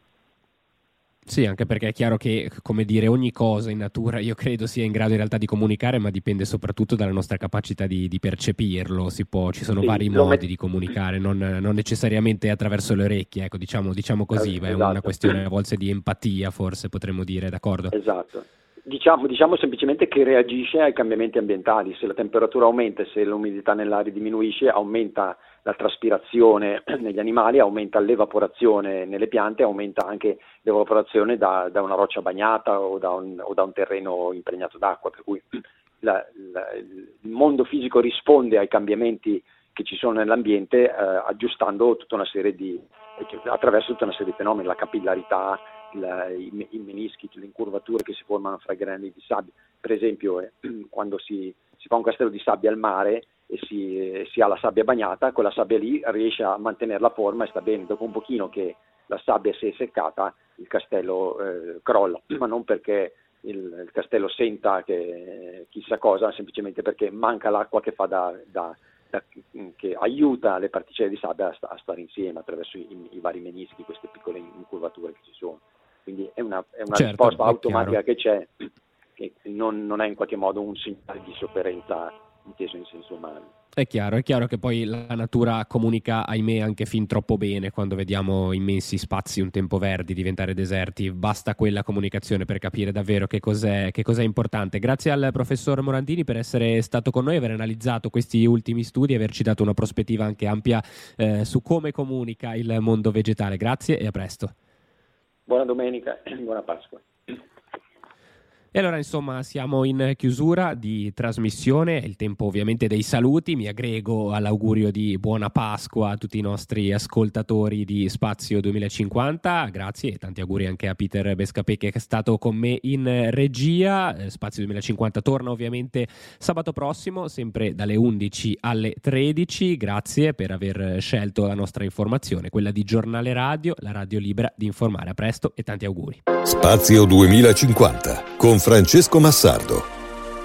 Sì, anche perché è chiaro che, come dire, ogni cosa in natura io credo sia in grado in realtà di comunicare, ma dipende soprattutto dalla nostra capacità di, di percepirlo. Si può, ci sono sì, vari modi met- di comunicare, non, non necessariamente attraverso le orecchie, ecco, diciamo, diciamo così, eh, è esatto. Una questione a volte di empatia, forse potremmo dire, d'accordo? Esatto. Diciamo, diciamo semplicemente che reagisce ai cambiamenti ambientali. Se la temperatura aumenta e se l'umidità nell'aria diminuisce, aumenta la traspirazione negli animali, aumenta l'evaporazione nelle piante, aumenta anche l'evaporazione da, da una roccia bagnata o da un, o da un terreno impregnato d'acqua, per cui la, la, il mondo fisico risponde ai cambiamenti che ci sono nell'ambiente eh, aggiustando tutta una serie di, attraverso tutta una serie di fenomeni, la capillarità, La, i, i menischi, le incurvature che si formano fra i granuli di sabbia. Per esempio eh, quando si, si fa un castello di sabbia al mare e si, eh, si ha la sabbia bagnata, quella sabbia lì riesce a mantenere la forma e sta bene. Dopo un pochino che la sabbia si è seccata, il castello eh, crolla, ma non perché il, il castello senta che chissà cosa, semplicemente perché manca l'acqua che fa da, da, da che aiuta le particelle di sabbia a, sta, a stare insieme attraverso i, i vari menischi, queste piccole incurvature che ci sono. Quindi è una, è una certo, risposta automatica che c'è, che non, non è in qualche modo un segnale di sofferenza inteso in senso umano. È chiaro, è chiaro che poi la natura comunica, ahimè, anche fin troppo bene quando vediamo immensi spazi un tempo verdi diventare deserti. Basta quella comunicazione per capire davvero che cos'è, che cos'è importante. Grazie al professor Morandini per essere stato con noi, aver analizzato questi ultimi studi e averci dato una prospettiva anche ampia eh, su come comunica il mondo vegetale. Grazie e a presto. Buona domenica e buona Pasqua. E allora insomma siamo in chiusura di trasmissione, è il tempo ovviamente dei saluti, mi aggrego all'augurio di buona Pasqua a tutti i nostri ascoltatori di Spazio duemilacinquanta, grazie e tanti auguri anche a Peter Bescapè che è stato con me in regia. Spazio duemilacinquanta torna ovviamente sabato prossimo, sempre dalle undici alle tredici, grazie per aver scelto la nostra informazione, quella di Giornale Radio, la radio libera di informare. A presto e tanti auguri. Spazio duemilacinquanta con Francesco Massardo.